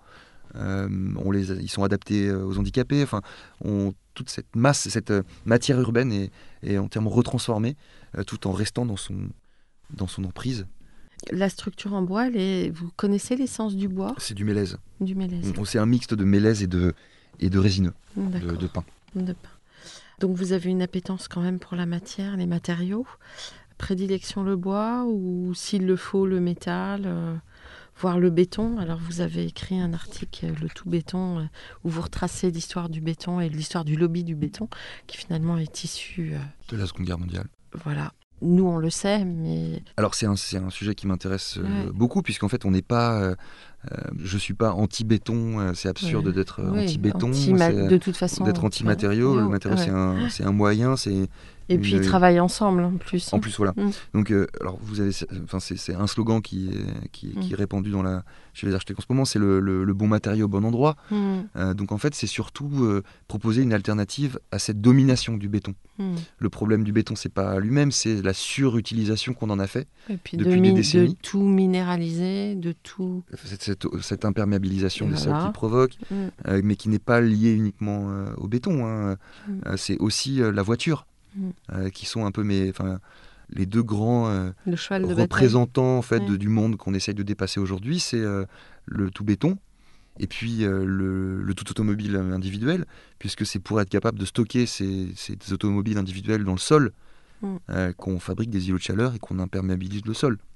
Ils sont adaptés aux handicapés. Enfin, toute cette masse, cette matière urbaine est entièrement retransformée, tout en restant dans son emprise. La structure en bois, vous connaissez l'essence du bois? C'est du mélèze. Du mélèze. C'est un mixte de mélèze et de résineux, de pin. De pin. Donc vous avez une appétence quand même pour la matière, les matériaux. Prédilection le bois ou s'il le faut le métal, voire le béton. Alors vous avez écrit un article, Le Tout Béton, où vous retracez l'histoire du béton et l'histoire du lobby du béton, qui finalement est issu de la Seconde Guerre mondiale. Voilà. Nous, on le sait, mais... Alors, c'est un sujet qui m'intéresse beaucoup, puisqu'en fait, on n'est pas... je ne suis pas anti-béton, c'est absurde d'être anti-béton. De toute façon... D'être anti-matériaux. Le matériau, c'est un moyen, Et puis, ils travaillent ensemble, en plus. En plus, voilà. Donc, alors, c'est un slogan qui est répandu chez les architectes en ce moment, c'est le bon matériau au bon endroit. Donc, en fait, c'est surtout proposer une alternative à cette domination du béton. Le problème du béton, c'est pas lui-même, c'est la surutilisation qu'on en a fait depuis des décennies. De tout minéraliser, de tout... Cette imperméabilisation des sols qu'il provoque, mais qui n'est pas liée uniquement au béton. C'est aussi la voiture. Qui sont un peu les deux grands représentants en fait, du monde qu'on essaye de dépasser aujourd'hui, c'est le tout béton et puis le tout automobile individuel, puisque c'est pour être capable de stocker ces automobiles individuels dans le sol qu'on fabrique des îlots de chaleur et qu'on imperméabilise le sol.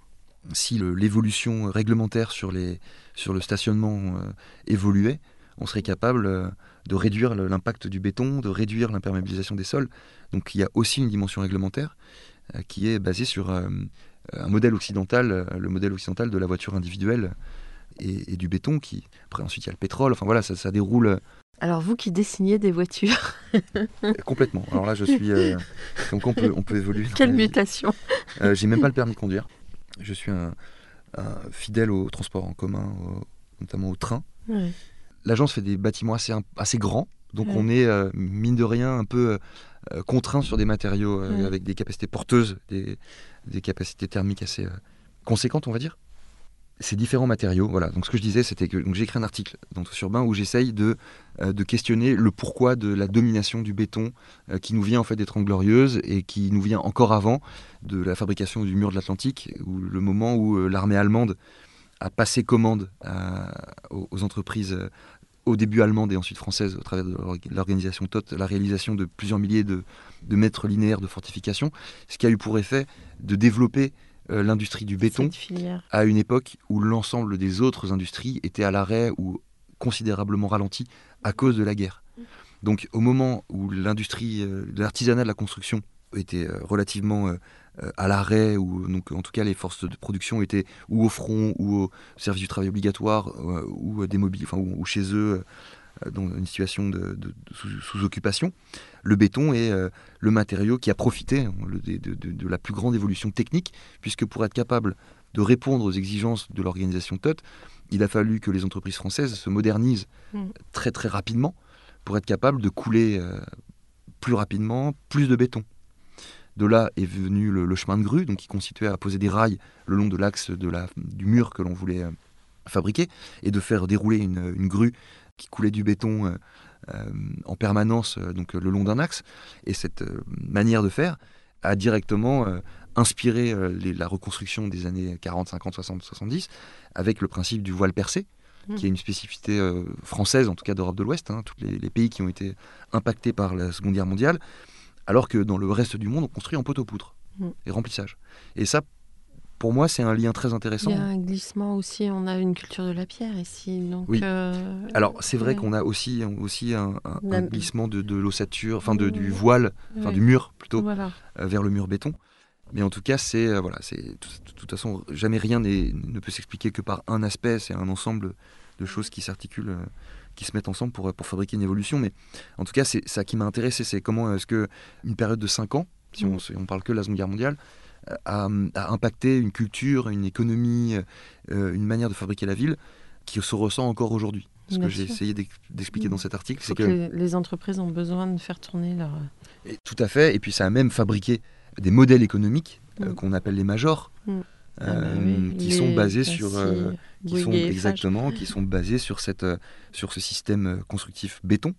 Si l'évolution réglementaire sur le stationnement évoluait, on serait capable de réduire l'impact du béton, de réduire l'imperméabilisation des sols. Donc il y a aussi une dimension réglementaire qui est basée sur un modèle occidental, le modèle occidental de la voiture individuelle et du béton. Après, ensuite, il y a le pétrole. Enfin voilà, ça déroule. Alors vous qui dessinez des voitures. Complètement. Alors là, je suis... donc on peut évoluer. Quelle mutation. J'ai même pas le permis de conduire. Je suis un fidèle au transport en commun, notamment au train. Ouais. L'agence fait des bâtiments assez grands, donc on est, mine de rien, un peu contraint sur des matériaux avec des capacités porteuses, des capacités thermiques assez conséquentes, on va dire. Ces différents matériaux, voilà. Donc ce que je disais, c'était que j'ai écrit un article dans Tous Urbains où j'essaye de questionner le pourquoi de la domination du béton qui nous vient en fait des Trente Glorieuses et qui nous vient encore avant de la fabrication du mur de l'Atlantique, ou le moment où l'armée allemande a passé commande aux entreprises au début allemandes et ensuite françaises au travers de l'organisation TOT, la réalisation de plusieurs milliers de mètres linéaires de fortifications, ce qui a eu pour effet de développer l'industrie du béton à une époque où l'ensemble des autres industries étaient à l'arrêt ou considérablement ralenties à cause de la guerre. Donc au moment où l'artisanat de la construction était relativement à l'arrêt, ou donc en tout cas les forces de production étaient ou au front ou au service du travail obligatoire ou démobilisés, ou chez eux dans une situation sous occupation, le béton est le matériau qui a profité de la plus grande évolution technique, puisque pour être capable de répondre aux exigences de l'organisation TOT, il a fallu que les entreprises françaises se modernisent très très rapidement pour être capables de couler plus rapidement plus de béton. De là est venu le chemin de grue, donc qui constituait à poser des rails le long de l'axe du mur que l'on voulait fabriquer, et de faire dérouler une grue qui coulait du béton en permanence donc le long d'un axe. Et cette manière de faire a directement inspiré la reconstruction des années 40, 50, 60, 70, avec le principe du voile percé, qui est une spécificité française, en tout cas d'Europe de l'Ouest, tous les pays qui ont été impactés par la Seconde Guerre mondiale, alors que dans le reste du monde, on construit en poteau-poutre et remplissage. Et ça, pour moi, c'est un lien très intéressant. Il y a un glissement aussi, on a une culture de la pierre ici. Donc, oui. Alors, c'est vrai qu'on a aussi un glissement de l'ossature, enfin du voile, enfin du mur plutôt, vers le mur béton. Mais en tout cas, de toute façon, jamais rien ne peut s'expliquer que par un aspect. C'est un ensemble de choses qui s'articulent, qui se mettent ensemble pour fabriquer une évolution. Mais en tout cas, c'est ça qui m'a intéressé, c'est comment est-ce qu'une période de 5 ans, si on parle que de la Seconde Guerre mondiale, a impacté une culture, une économie, une manière de fabriquer la ville qui se ressent encore aujourd'hui. Ce que j'ai essayé d'expliquer dans cet article, c'est que les entreprises ont besoin de faire tourner leur... Et tout à fait, et puis ça a même fabriqué des modèles économiques qu'on appelle les majors, qui sont basés sur... qui sont basés sur ce système constructif béton,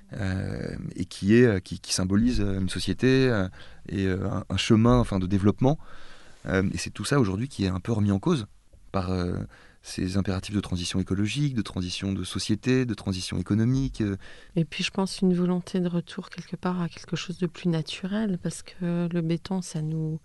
et qui symbolise une société et un chemin de développement. Et c'est tout ça aujourd'hui qui est un peu remis en cause par ces impératifs de transition écologique, de transition de société, de transition économique. Et puis je pense une volonté de retour quelque part à quelque chose de plus naturel, parce que le béton, ça nous...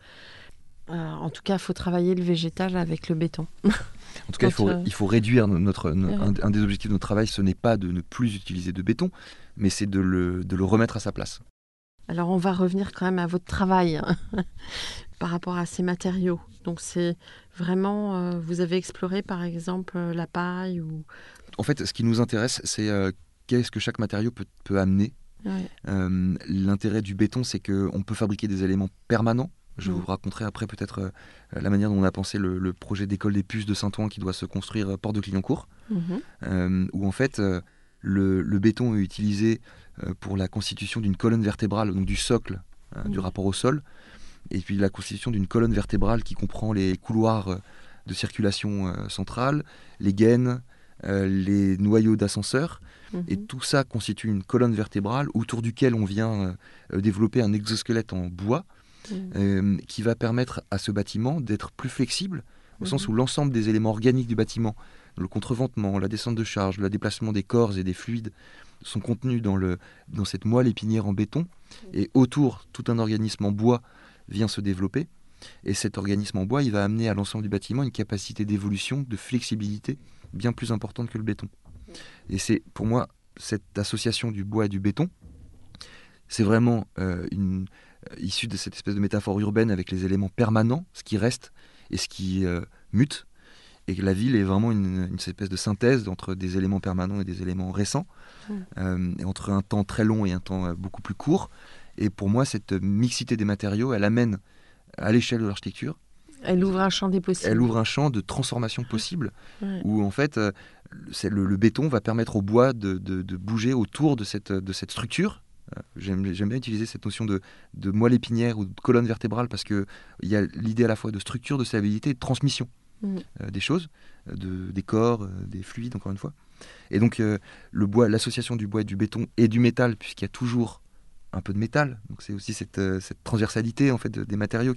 en tout cas, il faut travailler le végétal avec le béton. En tout cas, il faut réduire un des objectifs de notre travail, ce n'est pas de ne plus utiliser de béton, mais c'est de le remettre à sa place. Alors, on va revenir quand même à votre travail par rapport à ces matériaux. Donc, c'est vraiment... vous avez exploré, par exemple, la paille ou... En fait, ce qui nous intéresse, c'est qu'est-ce que chaque matériau peut amener. L'intérêt du béton, c'est qu'on peut fabriquer des éléments permanents. Je vous raconterai après peut-être la manière dont on a pensé le projet d'école des puces de Saint-Ouen qui doit se construire porte de Clignancourt, où en fait le béton est utilisé pour la constitution d'une colonne vertébrale, donc du socle, du rapport au sol, et puis la constitution d'une colonne vertébrale qui comprend les couloirs de circulation centrale, les gaines, les noyaux d'ascenseur, et tout ça constitue une colonne vertébrale autour duquel on vient développer un exosquelette en bois, qui va permettre à ce bâtiment d'être plus flexible, au sens où l'ensemble des éléments organiques du bâtiment, le contreventement, la descente de charge, le déplacement des corps et des fluides, sont contenus dans cette moelle épinière en béton, et autour, tout un organisme en bois vient se développer, et cet organisme en bois, il va amener à l'ensemble du bâtiment une capacité d'évolution, de flexibilité bien plus importante que le béton. Et c'est, pour moi, cette association du bois et du béton, c'est vraiment issu de cette espèce de métaphore urbaine avec les éléments permanents, ce qui reste et ce qui mute, et que la ville est vraiment une espèce de synthèse entre des éléments permanents et des éléments récents, et entre un temps très long et un temps beaucoup plus court. Et pour moi, cette mixité des matériaux, elle amène à l'échelle de l'architecture. Elle ouvre un champ des possibles. Elle ouvre un champ de transformation possible, où en fait, le béton va permettre au bois de bouger autour de cette structure. J'aime bien utiliser cette notion de moelle épinière ou de colonne vertébrale, parce qu'il y a l'idée à la fois de structure, de stabilité et de transmission des choses, des corps, des fluides, encore une fois. Et donc le bois, l'association du bois et du béton et du métal, puisqu'il y a toujours un peu de métal, donc c'est aussi cette transversalité en fait des matériaux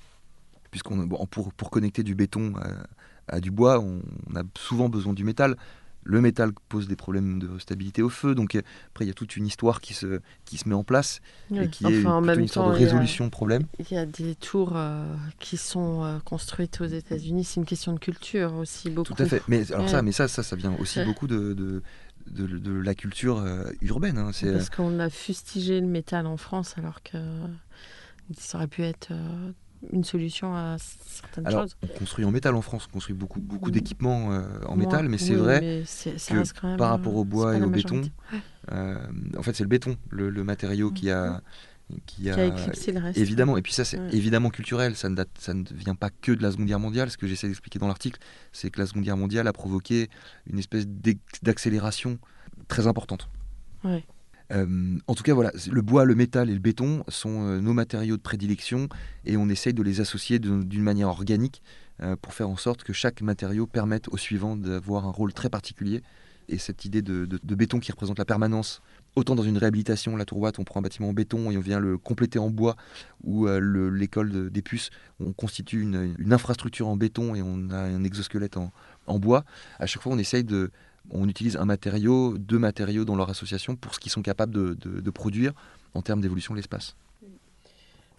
pour connecter du béton à du bois, on a souvent besoin du métal. Le métal pose des problèmes de stabilité au feu, donc après il y a toute une histoire qui se met en place, et qui est plutôt une sorte de résolution de problème. Il y a des tours qui sont construites aux États-Unis, c'est une question de culture aussi, beaucoup. Tout à fait, mais ça vient aussi beaucoup de la culture urbaine. Hein. Parce qu'on a fustigé le métal en France, alors que ça aurait pu être une solution à certaines choses. On construit en métal en France, on construit beaucoup d'équipements en métal, mais c'est vrai que par rapport au bois et au béton, en fait c'est le béton, le matériau qui a éclipsé le reste. Évidemment, et puis ça c'est évidemment culturel, ça ne vient pas que de la Seconde Guerre mondiale. Ce que j'essaie d'expliquer dans l'article, c'est que la Seconde Guerre mondiale a provoqué une espèce d'accélération très importante. Ouais. En tout cas, voilà, le bois, le métal et le béton sont nos matériaux de prédilection, et on essaye de les associer d'une manière organique pour faire en sorte que chaque matériau permette au suivant d'avoir un rôle très particulier. Et cette idée de béton qui représente la permanence, autant dans une réhabilitation, la Tour Watt, on prend un bâtiment en béton et on vient le compléter en bois, ou l'école des puces, on constitue une infrastructure en béton et on a un exosquelette en bois. À chaque fois, on utilise deux matériaux dans leur association pour ce qu'ils sont capables de produire en termes d'évolution de l'espace.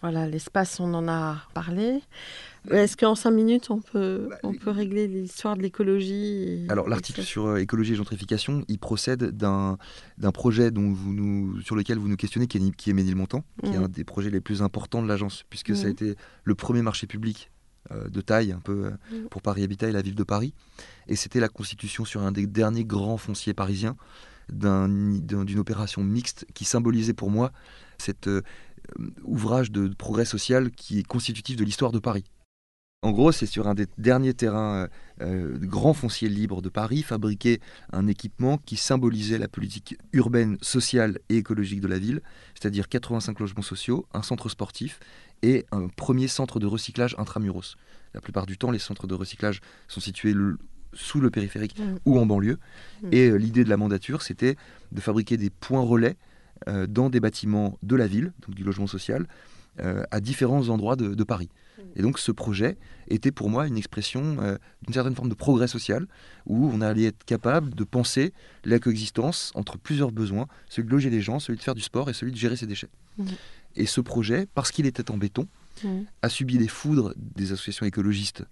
Voilà, l'espace, on en a parlé. Est-ce qu'en 5 minutes, on peut régler l'histoire de l'écologie Alors, l'article sur écologie et gentrification, il procède d'un projet sur lequel vous nous questionnez, qui est Ménilmontant, qui est un des projets les plus importants de l'agence, puisque ça a été le premier marché public de taille, un peu, pour Paris Habitat et la ville de Paris. Et c'était la constitution sur un des derniers grands fonciers parisiens d'une opération mixte qui symbolisait pour moi cet ouvrage de progrès social qui est constitutif de l'histoire de Paris. En gros, c'est sur un des derniers terrains grands fonciers libres de Paris, fabriquer un équipement qui symbolisait la politique urbaine, sociale et écologique de la ville, c'est-à-dire 85 logements sociaux, un centre sportif et un premier centre de recyclage intramuros. La plupart du temps, les centres de recyclage sont situés sous le périphérique ou en banlieue. Et l'idée de la mandature, c'était de fabriquer des points relais dans des bâtiments de la ville, donc du logement social, à différents endroits de Paris. Et donc ce projet était pour moi une expression d'une certaine forme de progrès social, où on allait être capable de penser la coexistence entre plusieurs besoins, celui de loger les gens, celui de faire du sport et celui de gérer ses déchets. Et ce projet, parce qu'il était en béton, a subi les foudres des associations écologistes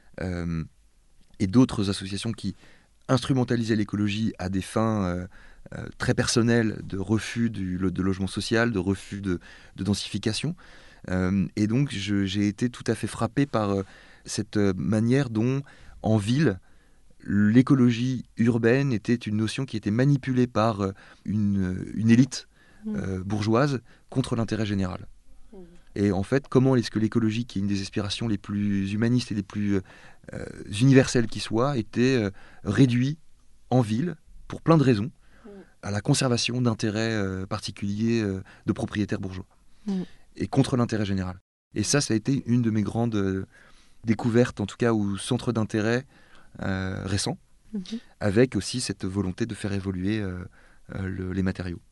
et d'autres associations qui instrumentalisaient l'écologie à des fins très personnelles de refus de logement social, de refus de densification. Et donc j'ai été tout à fait frappé par cette manière dont, en ville, l'écologie urbaine était une notion qui était manipulée par une élite bourgeoise contre l'intérêt général. Et en fait, comment est-ce que l'écologie, qui est une des aspirations les plus humanistes et les plus universelles qui soit, était réduite en ville, pour plein de raisons, à la conservation d'intérêts particuliers de propriétaires bourgeois. Et contre l'intérêt général. Et ça a été une de mes grandes découvertes, en tout cas, ou centres d'intérêt récents, avec aussi cette volonté de faire évoluer les matériaux.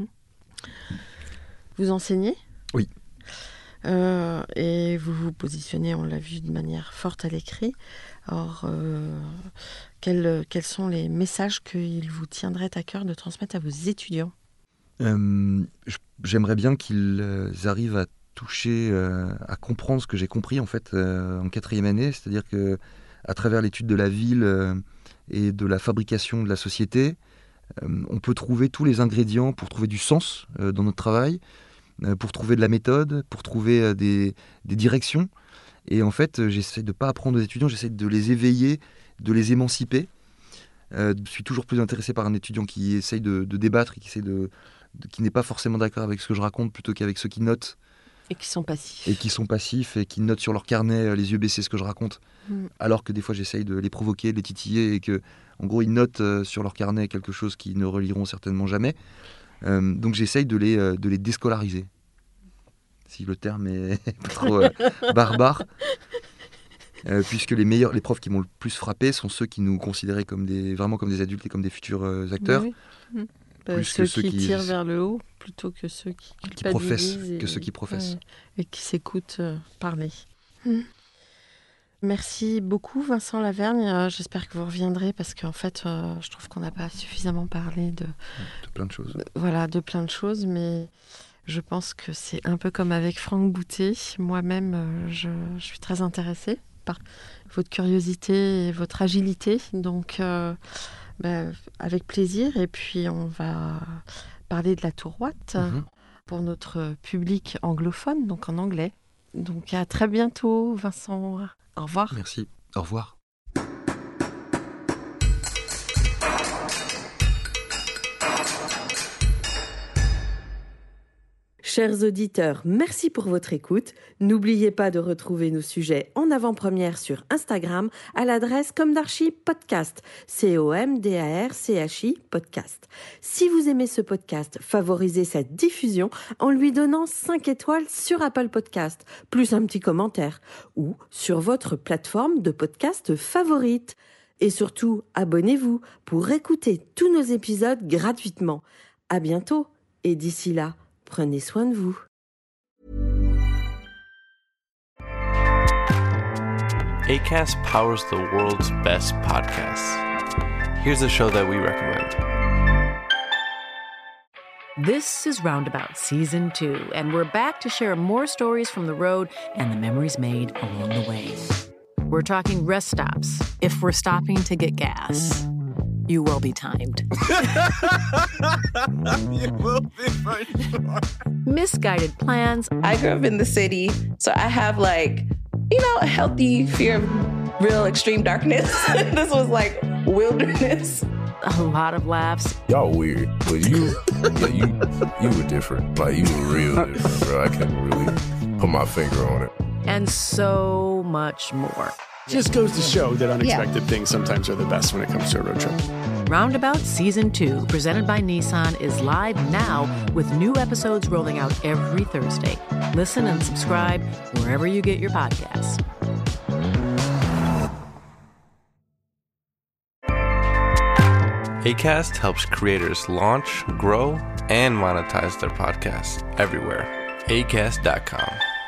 Vous enseignez ? Oui. Et vous vous positionnez, on l'a vu, de manière forte à l'écrit. Alors, quels sont les messages qu'il vous tiendrait à cœur de transmettre à vos étudiants ? J'aimerais bien qu'ils arrivent à toucher, à comprendre ce que j'ai compris en fait en 4e année, c'est-à-dire que à travers l'étude de la ville et de la fabrication de la société, on peut trouver tous les ingrédients pour trouver du sens dans notre travail, pour trouver de la méthode, pour trouver des directions. Et en fait, j'essaie de ne pas apprendre aux étudiants, j'essaie de les éveiller, de les émanciper. Je suis toujours plus intéressé par un étudiant qui essaye de débattre et qui n'est pas forcément d'accord avec ce que je raconte, plutôt qu'avec ceux qui notent. Et qui sont passifs. Et qui notent sur leur carnet, les yeux baissés, ce que je raconte. Alors que des fois, j'essaye de les provoquer, de les titiller, et que, en gros, ils notent sur leur carnet quelque chose qu'ils ne reliront certainement jamais. Donc j'essaye de les déscolariser. Si le terme est pas trop barbare. Puisque les profs qui m'ont le plus frappé sont ceux qui nous considéraient vraiment comme des adultes et comme des futurs acteurs. Oui. Ceux qui tirent vers le haut plutôt que ceux qui professent. Ceux qui professent. Et qui s'écoutent parler. Merci beaucoup Vincent Lavergne. J'espère que vous reviendrez parce qu'en fait, je trouve qu'on n'a pas suffisamment parlé de plein de choses. De plein de choses, mais je pense que c'est un peu comme avec Franck Boutet. Moi-même, je suis très intéressée par votre curiosité et votre agilité. Donc, avec plaisir. Et puis, on va parler de la Tour Watt pour notre public anglophone, donc en anglais. Donc, à très bientôt, Vincent. Au revoir. Merci. Au revoir. Chers auditeurs, merci pour votre écoute. N'oubliez pas de retrouver nos sujets en avant-première sur Instagram à l'adresse Comdarchi Podcast, COMDARCHI Podcast. Si vous aimez ce podcast, favorisez sa diffusion en lui donnant 5 étoiles sur Apple Podcast, plus un petit commentaire, ou sur votre plateforme de podcast favorite. Et surtout, abonnez-vous pour écouter tous nos épisodes gratuitement. À bientôt, et d'ici là, prenez soin de vous. Acast powers the world's best podcasts. Here's a show that we recommend. This is Roundabout Season 2, and we're back to share more stories from the road and the memories made along the way. We're talking rest stops, if we're stopping to get gas. You will be timed. You will be for sure. Misguided plans. I grew up in the city, so I have a healthy fear of real extreme darkness. This was like wilderness. A lot of laughs. Y'all weird, but you were different. Like, you were real different, bro. I can't really put my finger on it. And so much more. Just goes to show that unexpected things sometimes are the best when it comes to a road trip. Roundabout Season 2, presented by Nissan, is live now with new episodes rolling out every Thursday. Listen and subscribe wherever you get your podcasts. Acast helps creators launch, grow, and monetize their podcasts everywhere. Acast.com.